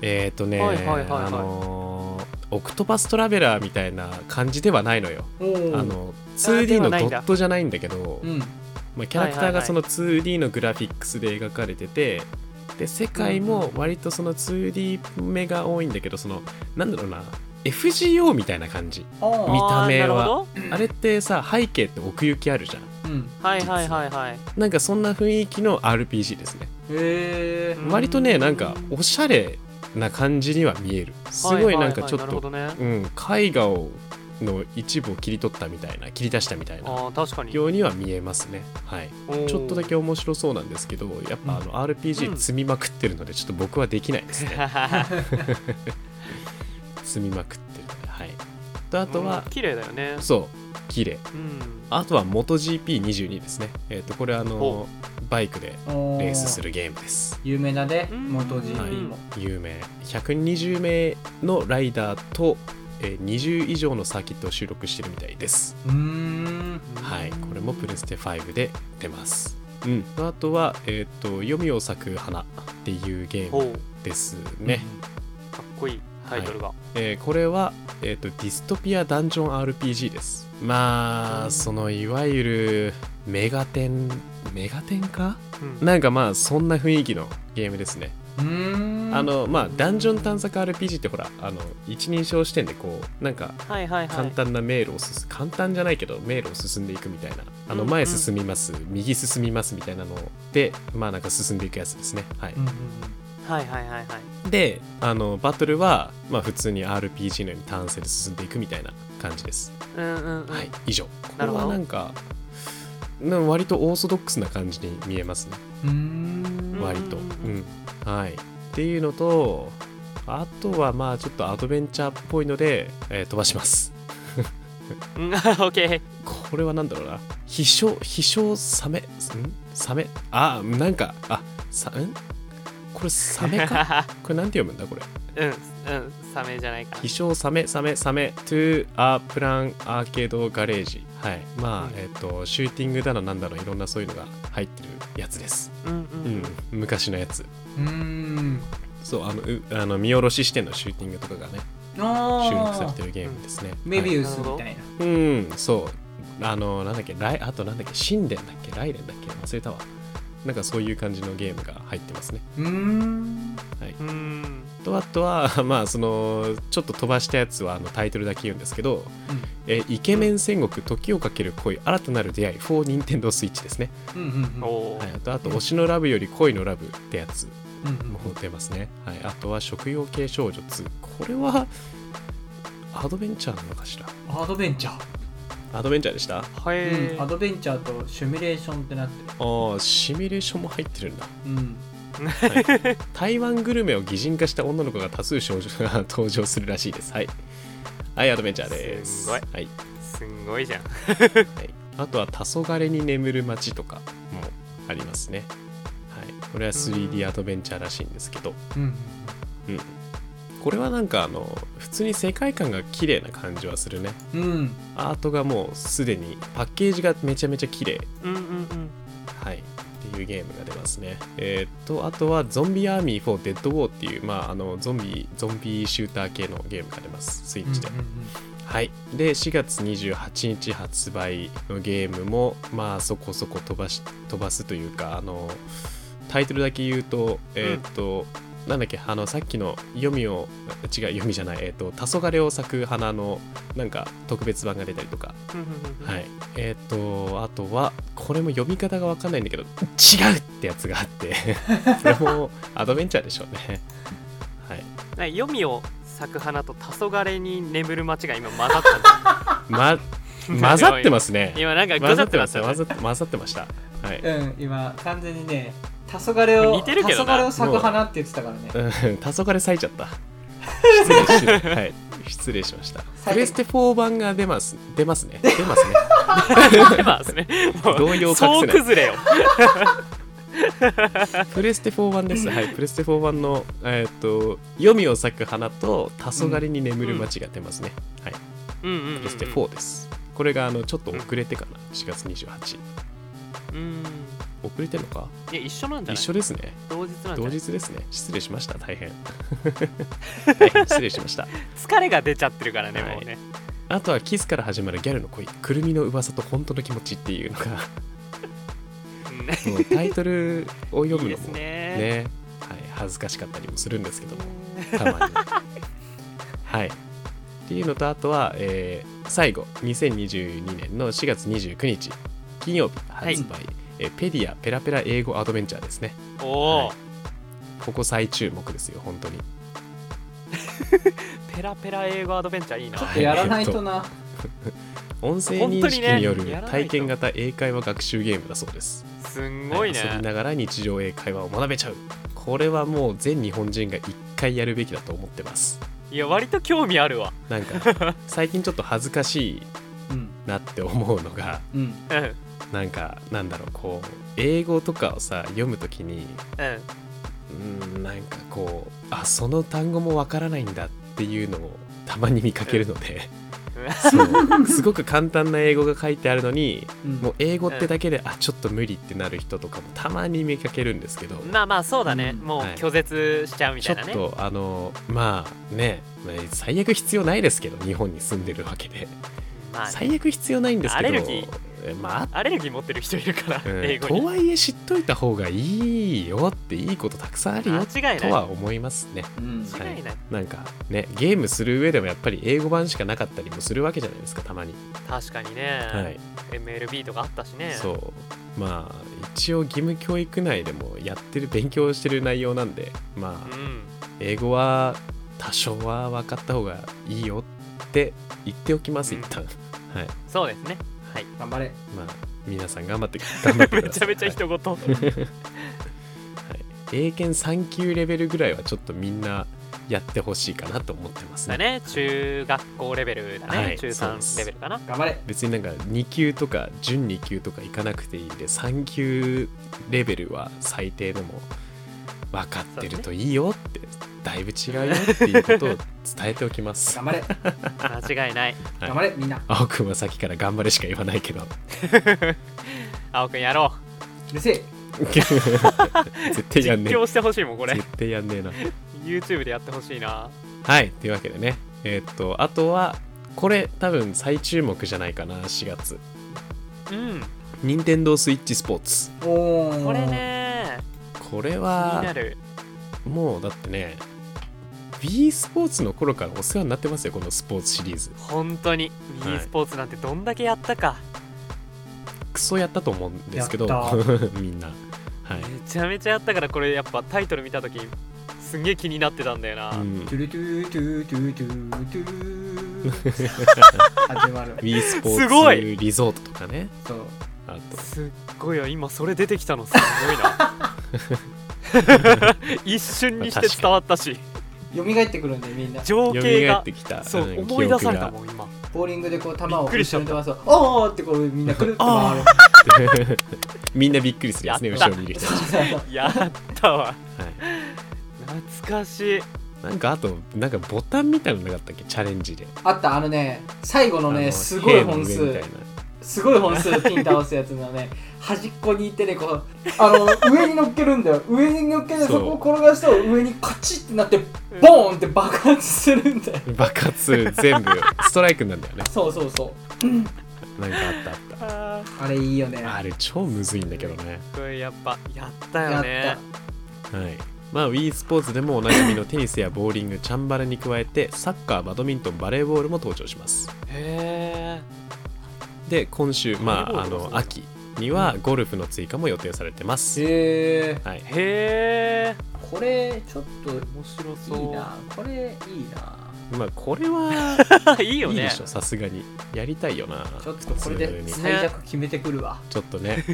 オクトパストラベラーみたいな感じではないのよ。2D のドットじゃないんだけど、まあ、キャラクターがその 2D のグラフィックスで描かれてて、で世界も割とその 2D 目が多いんだけど、そのなんだろうな、FGO みたいな感じ。見た目はあれってさ、背景って奥行きあるじゃん。なんかそんな雰囲気の RPG ですね。割とね、なんかおしゃれな感じには見える。すごいなんかちょっと絵画の一部を切り出したみたいなようには見えますね。はい。ちょっとだけ面白そうなんですけど、やっぱRPG 積みまくってるのでちょっと僕はできないですね。積みまくってるので、はい。あとは綺麗だよね。 そう綺麗。あとは MotoGP22 ですね。これバイクでレースするゲームです。 有名なで MotoGP も、 有名。120名のライダーと20以上のサーキットを収録してるみたいです。はい。これもプレステ5で出ます。あとは読みを咲く花っていうゲームですね。 かっこいいタイトルが。 これはディストピアダンジョン RPG です。まあそのいわゆるメガテンか、なんかまあそんな雰囲気のゲームですね。まあダンジョン探索 RPG ってほら一人称視点でこうなんか簡単な迷路を簡単じゃないけど迷路を進んでいくみたいな、前進みます、右進みますみたいなのでまあなんか進んでいくやつですね。はい。 はいはいはいはい。 でバトルは、まあ、普通に RPG のようにターン制で進んでいくみたいな感じです。 うんうんうん、 はい、以上。これはなんか割とオーソドックスな感じに見えますね。割と、はい。っていうのと、あとはまあちょっとアドベンチャーっぽいので、飛ばします。 オッケー。 これはなんだろうな。飛翔サメなんかこれサメかこれなんて読むんだこれ。 サメじゃないかな。 飛翔サメ to a plan アーケードガレージ。はい。まあ、シューティングだのなんだのいろんなそういうのが入ってるやつです。昔のやつ。そう見下ろし視点のシューティングとかがね収録されてるゲームですね。 メビウスみたいな。 そう。なんだっけあとなんだっけ神殿だっけライデンだっけ忘れたわ。なんかそういう感じのゲームが入ってますね。はい。あとはまあちょっと飛ばしたやつはタイトルだけ言うんですけど、イケメン戦国時をかける恋新たなる出会い for Nintendo Switch ですね。はい。あと推しのラブより恋のラブってやつも出ますね。はい。あとは食用系少女2。これはアドベンチャーなのかしら。 アドベンチャーでした。 はい、アドベンチャーとシミュレーションってなってる。 シミュレーションも入ってるんだ。はい、台湾グルメを擬人化した女の子が多数登場するらしいです。はい、はい、アドベンチャーです。 すごい、 はい、 すんごいじゃん。 はい、あとは黄昏に眠る街とかもありますね。はい、これは 3D アドベンチャーらしいんですけど、これはなんか普通に世界観が綺麗な感じはするね。アートがもうすでにパッケージがめちゃめちゃ綺麗。はい。っていうゲームが出ますね。あとはゾンビアーミー4デッドウォーっていう、まあ、ゾンビシューター系のゲームが出ます。スイッチで。はい。で、4月28日発売のゲームも、まあ、そこそこ飛ばすというか、タイトルだけ言うと、なんだっけさっきの読みじゃない、黄昏を咲く花のなんか特別版が出たりとか、はい、あとはこれも読み方が分かんないんだけど違うってやつがあってこれもアドベンチャーでしょうね。 はい。読みを咲く花と黄昏に眠る街が今混ざった混ざってますね。 今なんか混ざってましたね。 混ざってました。はい。 今完全にね。黄昏を咲く花って言ってたからね。 黄昏咲いちゃった。失礼しました。プレステ4版が出ますね。 出ますね。 動揺隠せない。 総崩れよ。 プレステ4版です。はい。プレステ4版の読みを咲く花と黄昏に眠る街が出ますね。はい。プレステ4です。これがちょっと遅れてかな。4月28。遅れてるのか？ いや、一緒なんじゃない？ 一緒ですね。 同日なんじゃない？ 同日ですね。失礼しました。大変失礼しました。 疲れが出ちゃってるからね、もうね。 あとはキスから始まるギャルの恋、くるみの噂と本当の気持ちっていうのがもうタイトルを読むのもね、はい、恥ずかしかったりもするんですけども、たまにはいっていうのと、あとは、最後2022年の4月29日金曜日発売、ペディアペラペラ英語アドベンチャーですね。はい、ここ最注目ですよ本当に。 ペラペラ英語アドベンチャーいいな。 ちょっとやらないとな。 音声認識による体験型英会話学習ゲームだそうです。 すんごいね。 遊びながら日常英会話を学べちゃう。これはもう全日本人が一回やるべきだと思ってます。 いや割と興味あるわ。 なんか最近ちょっと恥ずかしいなって思うのが、なんかなんだろう、こう英語とかをさ読むときに、なんかこうその単語もわからないんだっていうのをたまに見かけるので、そうすごく簡単な英語が書いてあるのに、もう英語ってだけでちょっと無理ってなる人とかもたまに見かけるんですけど、 まあそうだね、もう拒絶しちゃうみたいなね。 ちょっとまあね、最悪必要ないですけど、日本に住んでるわけで、最悪必要ないんですけど、 アレルギー持ってる人いるから、英語にとはいえ知っといた方がいいよっていいことたくさんあるよとは思いますね。 間違いない。 なんかねゲームする上でもやっぱり英語版しかなかったりもするわけじゃないですか、たまに。 確かにね、はい、MLB とかあったしね。 そうまあ一応義務教育内でも勉強してる内容なんで、英語は多少は分かった方がいいよって言っておきます、一旦。はい、 そうですね。はい、 頑張れ。 皆さん頑張ってください。 めちゃめちゃ人ごと。はい、 英検3級レベルぐらいはちょっとみんなやってほしいかなと思ってますね。 だね、中学校レベルだね、はい、中3レベルかな。 頑張れ。 別になんか2級とか準2級とかいかなくていいんで、3級レベルは最低でも分かってるといいよって、だいぶ違うよっていうことを伝えておきます。 頑張れ。 間違いない。 頑張れみんな。 青くんはさっきから頑張れしか言わないけど。 青くんやろう。うるせえ。 絶対やんねえ。 実況してほしいもんこれ。 絶対やんねえな。 YouTube でやってほしいな。 はい、というわけでね、あとはこれ多分最注目じゃないかな、4月。任天堂スイッチスポーツ。 これね、 これは気になる。 もうだってね Wii スポーツの頃からお世話になってますよ、このスポーツシリーズ。 本当に Wii スポーツなんてどんだけやったか。 クソやったと思うんですけどみんな、はい、 めちゃめちゃやったから、これやっぱタイトル見た時すんげえ気になってたんだよな。 始まる。 Wii スポーツリゾートとかね。 そう、 あとすっごいよ、今それ出てきたのすごいな。一瞬にして伝わったし、 蘇ってくるんでみんな情景がそう、 思い出されたもん今。 ボーリングでこう球を一緒に飛ばすと、おーってこうみんなくるっと回る。 みんなびっくりするやつね、後ろにいる人たち。やったわ、はい、懐かしい。 なんかあとなんかボタンみたいなのなかったっけ、チャレンジで。 あった、ね最後のねすごい本数ピン倒すやつのね端っこにいてね、こう上に乗っけるんだよ。上に乗っけてそこを転がすと上にカチッってなってボーンって爆発するんだよ。 爆発全部ストライクなんだよね。 そうそうそう、 なんかあったあれいいよね。 あれ超むずいんだけどね。 これやっぱやったよね。 はい、Wii スポーツでもおなじみのテニスやボーリング、チャンバラに加えてサッカー、バドミントン、バレーボールも登場します。 へー。で今週秋にはゴルフの追加も予定されてます。 へー、はい、 へー。これちょっと面白そう。いいな、これいいな。 これはいいよね。 いいでしょ、さすがにやりたいよな。 ちょっとこれで最弱決めてくるわ、 ちょっとね。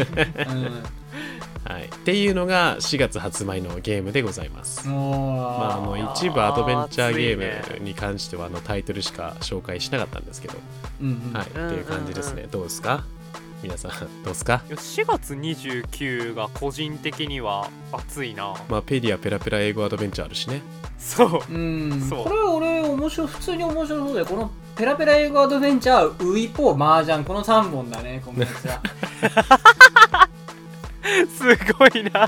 はい、っていうのが4月発売のゲームでございます。一部アドベンチャーゲームに関してはタイトルしか紹介しなかったんですけど、はい、っていう感じですね。どうですか皆さん、どうですか。 4月29が個人的には熱いな。 ペディアペラペラ英語アドベンチャーあるしね。 そう、 これ俺面白い、普通に面白そうだよ。このペラペラ英語アドベンチャー、ウイポー、マージャン、この3本だね、このやつは。 すごいな。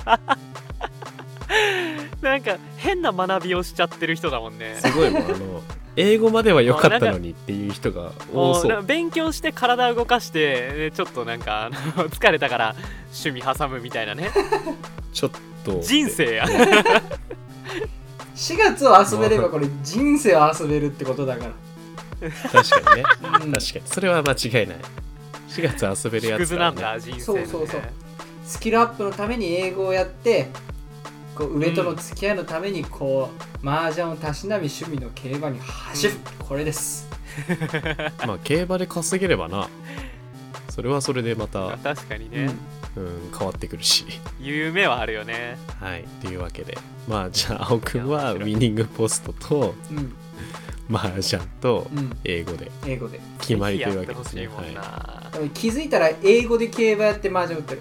なんか変な学びをしちゃってる人だもんね。 すごいもん、英語までは良かったのにっていう人が多そう。 勉強して体を動かしてちょっとなんか疲れたから趣味挟むみたいなね。 ちょっと人生や。 4月を遊べればこれ人生を遊べるってことだから。 確かにね、確かにそれは間違いない。4月遊べるやつだね。 縮図なんだ人生、ね、 そうスキルアップのために英語をやって、こう上との付き合いのためにこう麻雀をたしなみ趣味の競馬に走る、これです。 競馬で稼げればな、それはそれでまた確かにね、 変わってくるし、 夢はあるよね。 はい、というわけでじゃあ青くんはウィニングポストと、麻雀と英語で決まりというわけですね。 気づいたら英語で競馬やって麻雀打ってる。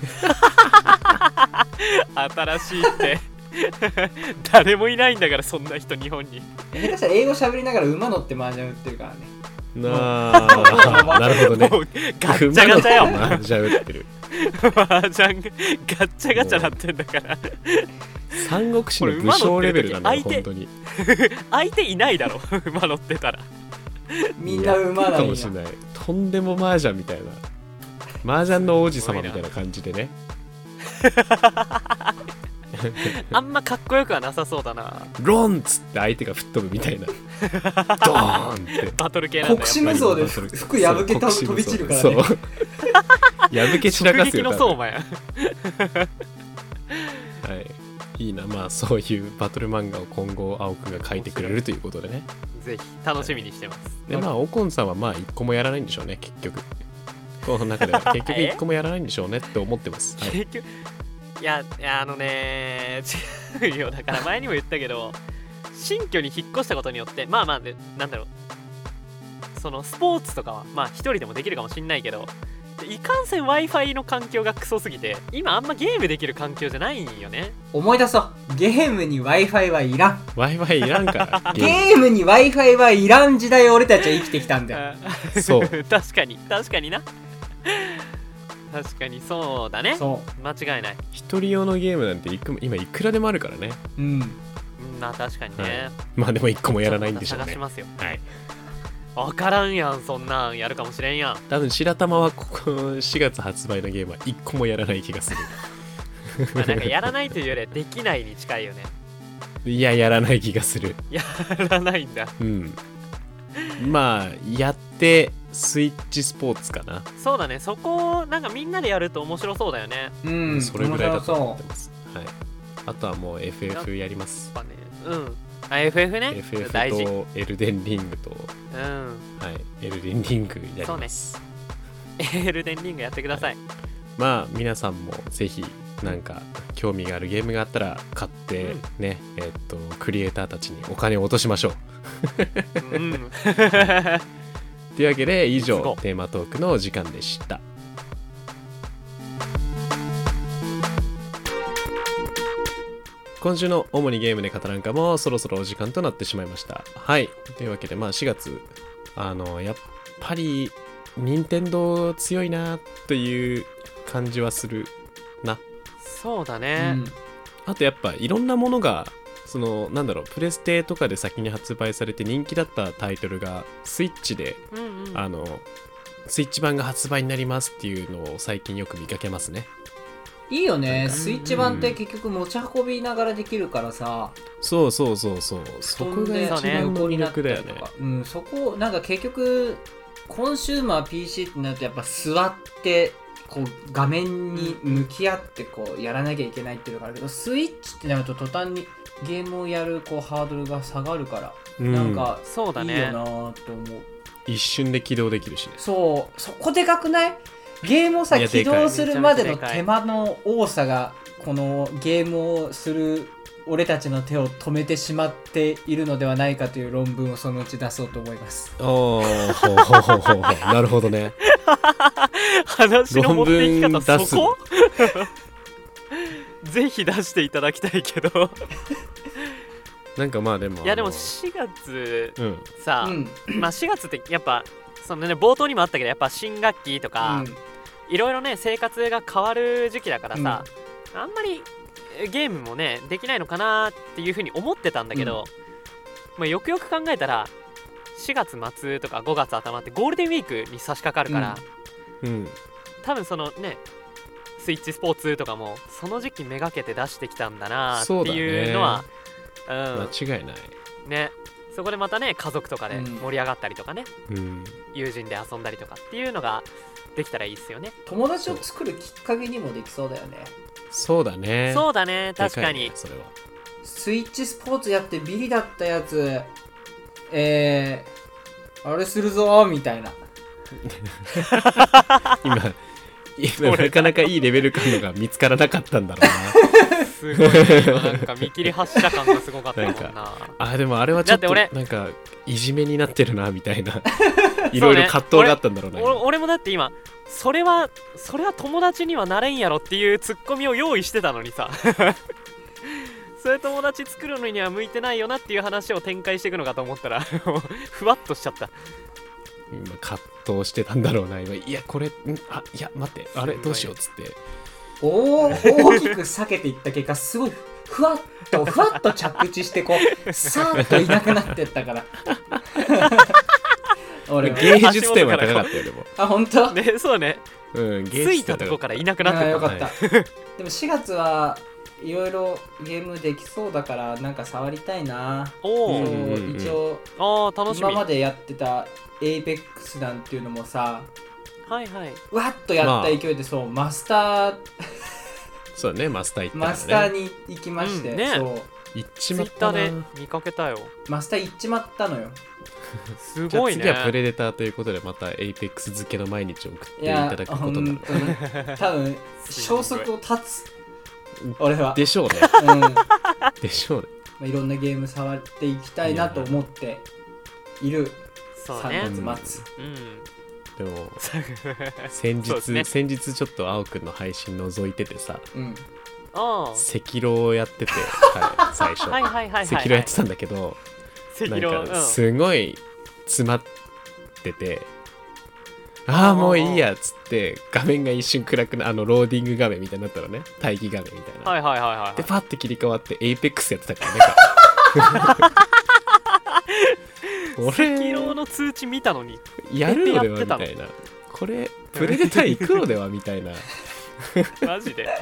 新しいって。誰もいないんだから、そんな人日本に。 下手したら英語喋りながら馬乗って麻雀打ってるからね。 なるほどね。 ガッチャガチャよ。 麻雀打ってる。 麻雀ガッチャガチャなってんだから。 三国志の武将レベルだね、本当に。 相手いないだろ、馬乗ってたら。 みんな馬だかもしれない。とんでも麻雀みたいな麻雀の王子様みたいな感じでねあんまかっこよくはなさそうだな。 ロンっつって相手が吹っ飛ぶみたいなドーンってバトル系なんだよ。 国士無双で服破け飛び散るからね。 そう破け散らかすよ。 直撃の相馬やはい、いいな。まあそういうバトル漫画を今後青くんが描いてくれるということでね、 ぜひ楽しみにしてます。 でまあオコンさんはまあ一個もやらないんでしょうね。結局この中では結局一個もやらないんでしょうねって思ってます、はい、 結局いや違うよ。だから前にも言ったけど新居に引っ越したことによってまあまあでなんだろう、そのスポーツとかはまあ一人でもできるかもしんないけど、いかんせん Wi-Fi の環境がクソすぎて今あんまゲームできる環境じゃないんよね。 思い出そう。ゲームに Wi-Fi はいらん。 Wi-Fi いらんからゲームに Wi-Fi はいらん時代を俺たちは生きてきたんだよそう確かにな確かにそうだね。そう間違いない。 一人用のゲームなんて今いくらでもあるからね。 まあ確かにね、 はい、まあでも一個もやらないんでしょうね。 探しますよ。 はい、 分からんやん。そんなんやるかもしれんやん。 多分白玉はここ4月発売のゲームは一個もやらない気がするまあなんかやらないというよりはできないに近いよね。 いややらない気がする。 やらないんだ。 まあやってスイッチスポーツかな。 そうだね。そこなんかみんなでやると面白そうだよね。 それぐらいだと思ってます。はい。あとはもう FF やります。 FF ね。 FF とエルデンリングとはい、エルデンリングやります。 そうね。エルデンリングやってください。 まあ皆さんもぜひなんか興味があるゲームがあったら買ってね、クリエイターたちにお金を落としましょうというわけで以上テーマトークのお時間でした。今週の主にゲームで語らんかもそろそろお時間となってしまいました。はい、というわけでまあ4月やっぱり任天堂強いなという感じはするな。 そうだね、 あとやっぱいろんなものがそのなんだろう、プレステとかで先に発売されて人気だったタイトルがスイッチで、スイッチ版が発売になりますっていうのを最近よく見かけますね。 いいよね。スイッチ版って結局持ち運びながらできるからさ、 そうそこが一番の魅力だよね。 そこなんか結局コンシューマー PC ってなるとやっぱ座ってこう画面に向き合ってこうやらなきゃいけないっていうのがあるけど、スイッチってなると途端にゲームをやるこうハードルが下がるから、なんかいいよなと思う。 一瞬で起動できるしね。 そこでかくない？ゲームをさ起動するまでの手間の多さがこのゲームをする俺たちの手を止めてしまっているのではないかという論文をそのうち出そうと思います。 なるほどね。 話の持っていき方そこぜひ出していただきたいけどなんかまあでもいやでも4月、さ、まあ4月ってやっぱそのね冒頭にもあったけどやっぱ新学期とか、いろいろね生活が変わる時期だからさ、あんまりゲームもねできないのかなっていう風に思ってたんだけど、まあ、よくよく考えたら4月末とか5月頭ってゴールデンウィークに差し掛かるから、多分そのねスイッチスポーツとかもその時期めがけて出してきたんだなっていうのは間違いないね。そこでまたね家族とかで盛り上がったりとかね、友人で遊んだりとかっていうのができたらいいっすよね。 友達を作るきっかけにもできそうだよね。 そうだね確かに、 それはスイッチスポーツやってビリだったやつあれするぞみたいな今なかなかいいレベル感のが見つからなかったんだろうなすごいなんか見切り発車感がすごかったもんな。 でもあれはちょっとなんかいじめになってるなみたいないろいろ葛藤があったんだろうな。 俺もだって今それは友達にはなれんやろっていうツッコミを用意してたのにさそういう友達作るのには向いてないよなっていう話を展開していくのかと思ったらふわっとしちゃった。 今葛藤してたんだろうな今。いやこれいや待ってあれどうしようっつって大きく避けていった結果すごいふわっと着地してこうさーっといなくなってったから俺芸術点は高かったよでも本当ね。そうねついたとこからいなくなってた。 よかった、でも4月はいろいろゲームできそうだからなんか触りたいな。一応楽しみ。 今までやってた APEX なんていうのもさ、 はいはい、 わっとやった勢いで、そうマスターそうね、マスター行ったからね。 マスターに行きまして、 ね、 そう行っちまったな。 ツイッターで見かけたよ。 マスター行っちまったのよ。 すごいね。 じゃあ次はプレデターということでまた APEX 漬けの毎日を送っていただくことになる。 多分消息を絶つ俺はでしょうね、でしょうね。 いろんなゲーム触っていきたいなと思っている3月末、 でも先日ちょっと青くんの配信覗いててさ、赤狼をやってて、最初赤狼やってたんだけど、なんかすごい詰まってて、もういいやっつって画面が一瞬暗くな、ローディング画面みたいになったらね、待機画面みたいな、でパッて切り替わってエイペックスやってたからね。 赤狼の通知見たのにやるのではみたいな、これプレデター行くのではみたいな。 マジで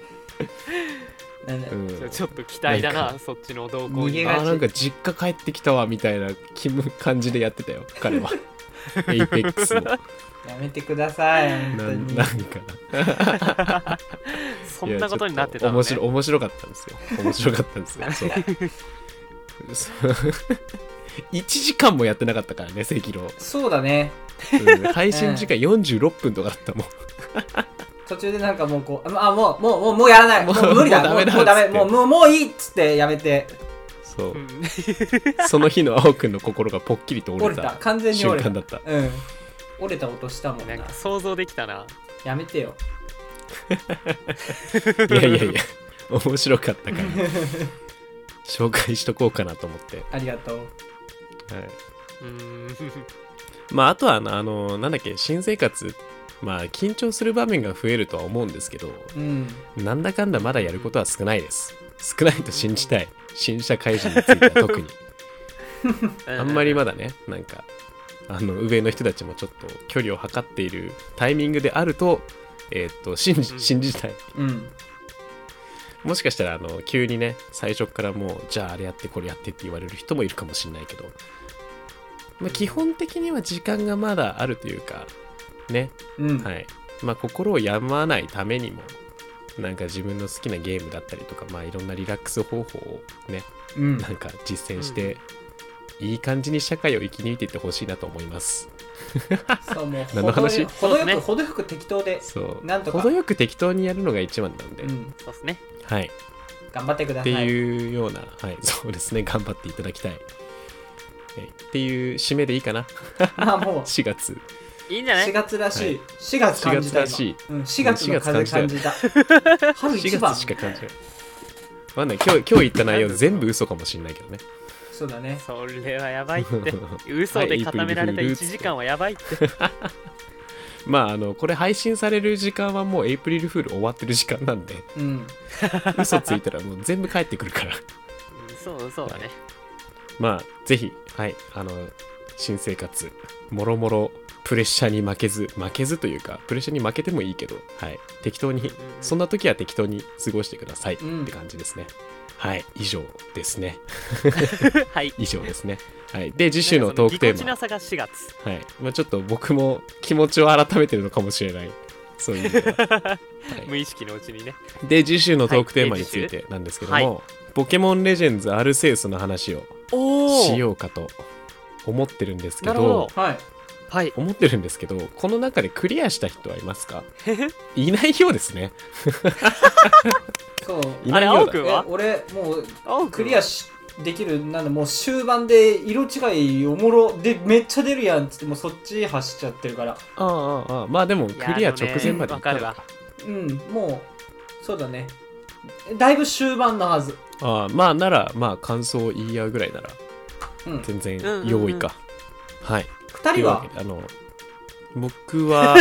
ちょっと期待だな、そっちの動向に。 なんか実家帰ってきたわみたいな感じでやってたよ彼は。エイペックスのやめてください本当に。 なんかそんなことになってたのね。 面白かったんですよ。面白かったんですよ。そう1時間もやってなかったからね、赤狼。 そうだね、 配信時間46分とかだったもん。 途中でなんかもうこうもうやらない、もう無理だ、もうダメ、もういいっつってやめて。 そう、その日の青くんの心がポッキリと折れた完全に折れた瞬間だった。 折れた音したもんな。 なんか想像できたな。 やめてよ。 いや面白かったから紹介しとこうかなと思って。 ありがとう。 まああとはなんだっけ、新生活、まあ緊張する場面が増えるとは思うんですけど、なんだかんだまだやることは少ないです。少ないと信じたい。新社会人については特にあんまりまだね、なんか上の人たちもちょっと距離を測っているタイミングであると、信じたい、もしかしたら急にね、最初からもうじゃああれやってこれやってって言われる人もいるかもしれないけど、まあ、基本的には時間がまだあるというかね、はい、まあ心を病まないためにも、なんか自分の好きなゲームだったりとか、まあいろんなリラックス方法をね、なんか実践して、いい感じに社会を生き抜いていってほしいなと思います。 そうもう何の話？ 程よく適当で、なんとか程よく適当にやるのが一番なんで、 そうですね。 はい。 頑張ってください。 っていうような、はい、そうですね、頑張っていただきたい。っていう締めでいいかな。 もう 4月。 いいんじゃない？ 4 月らしい。4月感じた。4月の風感じた。春一番。 4月しか感じない。まあね、今日言った内容全部嘘かもしれないけどね。 そうだね。 それはやばいって。嘘で固められた1時間はやばいって。 まあこれ配信される時間はもうエイプリルフール終わってる時間なんで、嘘ついたらもう全部返ってくるから。 そうだね。 まあぜひ、はい、新生活もろもろプレッシャーに負けずというか、プレッシャーに負けてもいいけど、はい、適当に、そんな時は適当に過ごしてくださいって感じですね。はい、以上ですね。 はい、 以上ですね。はい、で次週のトークテーマ、 ぎこちなさが4月、 はい、まあ、ちょっと僕も気持ちを改めてるのかもしれない、そういう意味では、はい、 無意識のうちにね。 で次週のトークテーマについてなんですけども、ポケモンレジェンズアルセウスの話をしようかと思ってるんですけど、思ってるんですけど、この中でクリアした人はいますか？いないようですね。 そう、 いないようだ。 俺もうクリアできる、なんだ、もう終盤で色違いおもろでめっちゃ出るやんっつって、もうそっち走っちゃってるから。 まあでもクリア直前までいったら、 もうそうだね、だいぶ終盤のはず。 まあなら、まあ感想を言い合うぐらいなら全然用意か。はい。 2人は僕は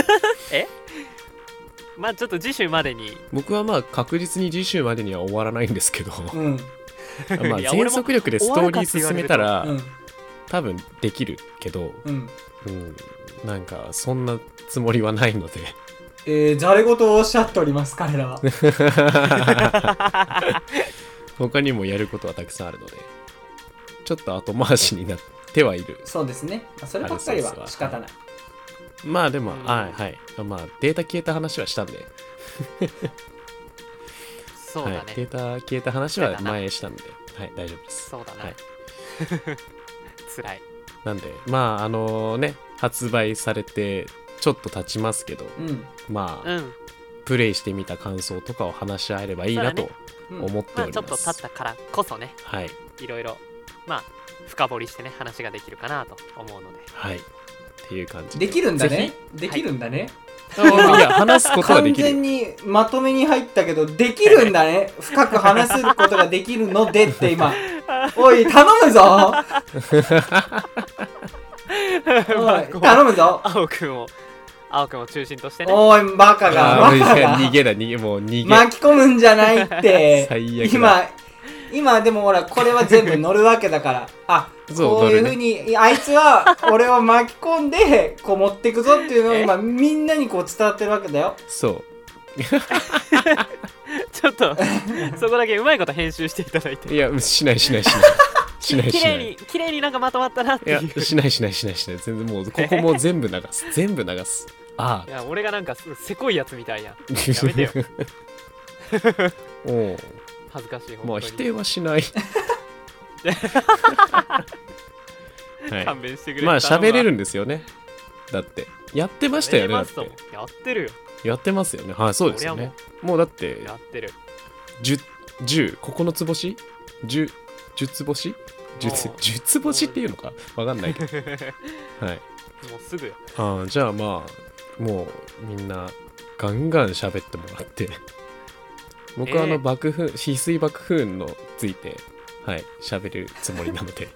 まあちょっと次週までに、 僕はまあ確実に次週までには終わらないんですけど、まあ全速力でストーリー進めたら多分できるけど、なんかそんなつもりはないので、 ざれ言をおっしゃっております彼らは。 他にもやることはたくさんあるので、ちょっと後回しになってはいる。 そうですね、そればっかりは仕方ない。 まあでも、はい、まあデータ消えた話はしたんで。 そうだね、 はい、データ消えた話は前したんで、はい、大丈夫です。 そうだな、はい、辛い。 なんでまあね、発売されてちょっと経ちますけど、まあ、プレイしてみた感想とかを話し合えればいいなと思っております。 ちょっと経ったからこそね、 はい、 いろいろまあ深掘りしてね話ができるかなと思うので、 はい、っていう感じできるんだね、できるんだね。 いや、話すことができる。 完全にまとめに入ったけど、できるんだね。深く話すことができるのでって今。おい、頼むぞ。おい、頼むぞ。 青くんを中心としてね。 おい、バカが。 逃げもう逃げ。 巻き込むんじゃないって。 最悪だ。 今でもほら、これは全部乗るわけだから。あ、こういう風に、あいつは俺を巻き込んでこう持っていくぞっていうのを今みんなにこう伝わってるわけだよ。 そうちょっとそこだけうまいこと編集していただいて。 いや、しない綺麗になんかまとまったなっていう。 いや、しない全然もうここも全部流すああ、 いや俺がなんかせこいやつみたいやん。やめてよ。 お恥ずかしい。 まあ否定はしない。 はい、勘弁してくれ。 まあ喋れるんですよね。だってやってましたよね。だってやってるよ。 やってますよね。はい、そうですよね。もうだってやってる。 9つ星10つ星10つ星っていうのかわかんないけど。はい。 もうすぐよ。 じゃあまあもうみんなガンガン喋ってもらって。僕は翡翠爆風についてはい喋るつもりなので。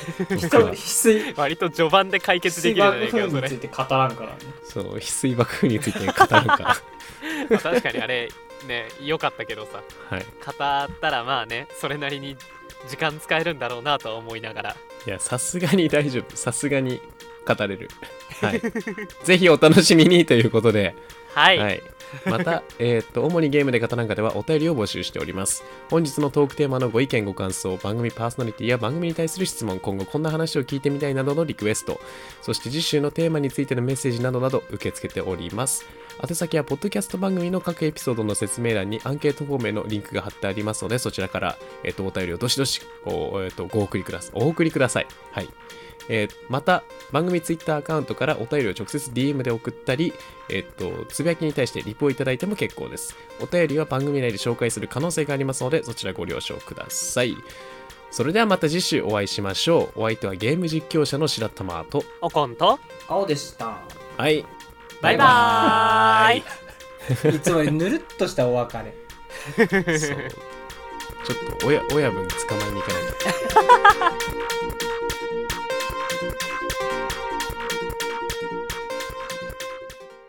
割と序盤で解決できるじゃないかよ。 それ翡翠爆風について語らんからね。 そう、翡翠爆風について語らんから確かにあれね、良かったけどさ、 はい、 語ったらまあね、それなりに時間使えるんだろうなと思いながら。 いや、さすがに大丈夫、さすがに語れる。はい、ぜひお楽しみにということで、 はい、 はい、また、主にゲームで語らんかではお便りを募集しております。本日のトークテーマのご意見ご感想、番組パーソナリティや番組に対する質問、今後こんな話を聞いてみたいなどのリクエスト、そして次週のテーマについてのメッセージなどなど受け付けております。宛先はポッドキャスト番組の各エピソードの説明欄にアンケートフォームへのリンクが貼ってありますので、そちらから、お便りをどしどしお送りください。はい。また番組ツイッターアカウントからお便りを直接 DM で送ったり、つぶやきに対してリプをいただいても結構です。お便りは番組内で紹介する可能性がありますので、そちらご了承ください。それではまた次週お会いしましょう。お相手はゲーム実況者の白玉とおこんと青でした。 はい、 バイバーイ。いつもよりぬるっとしたお別れ。 そう、ちょっと親分捕まえに行かないと。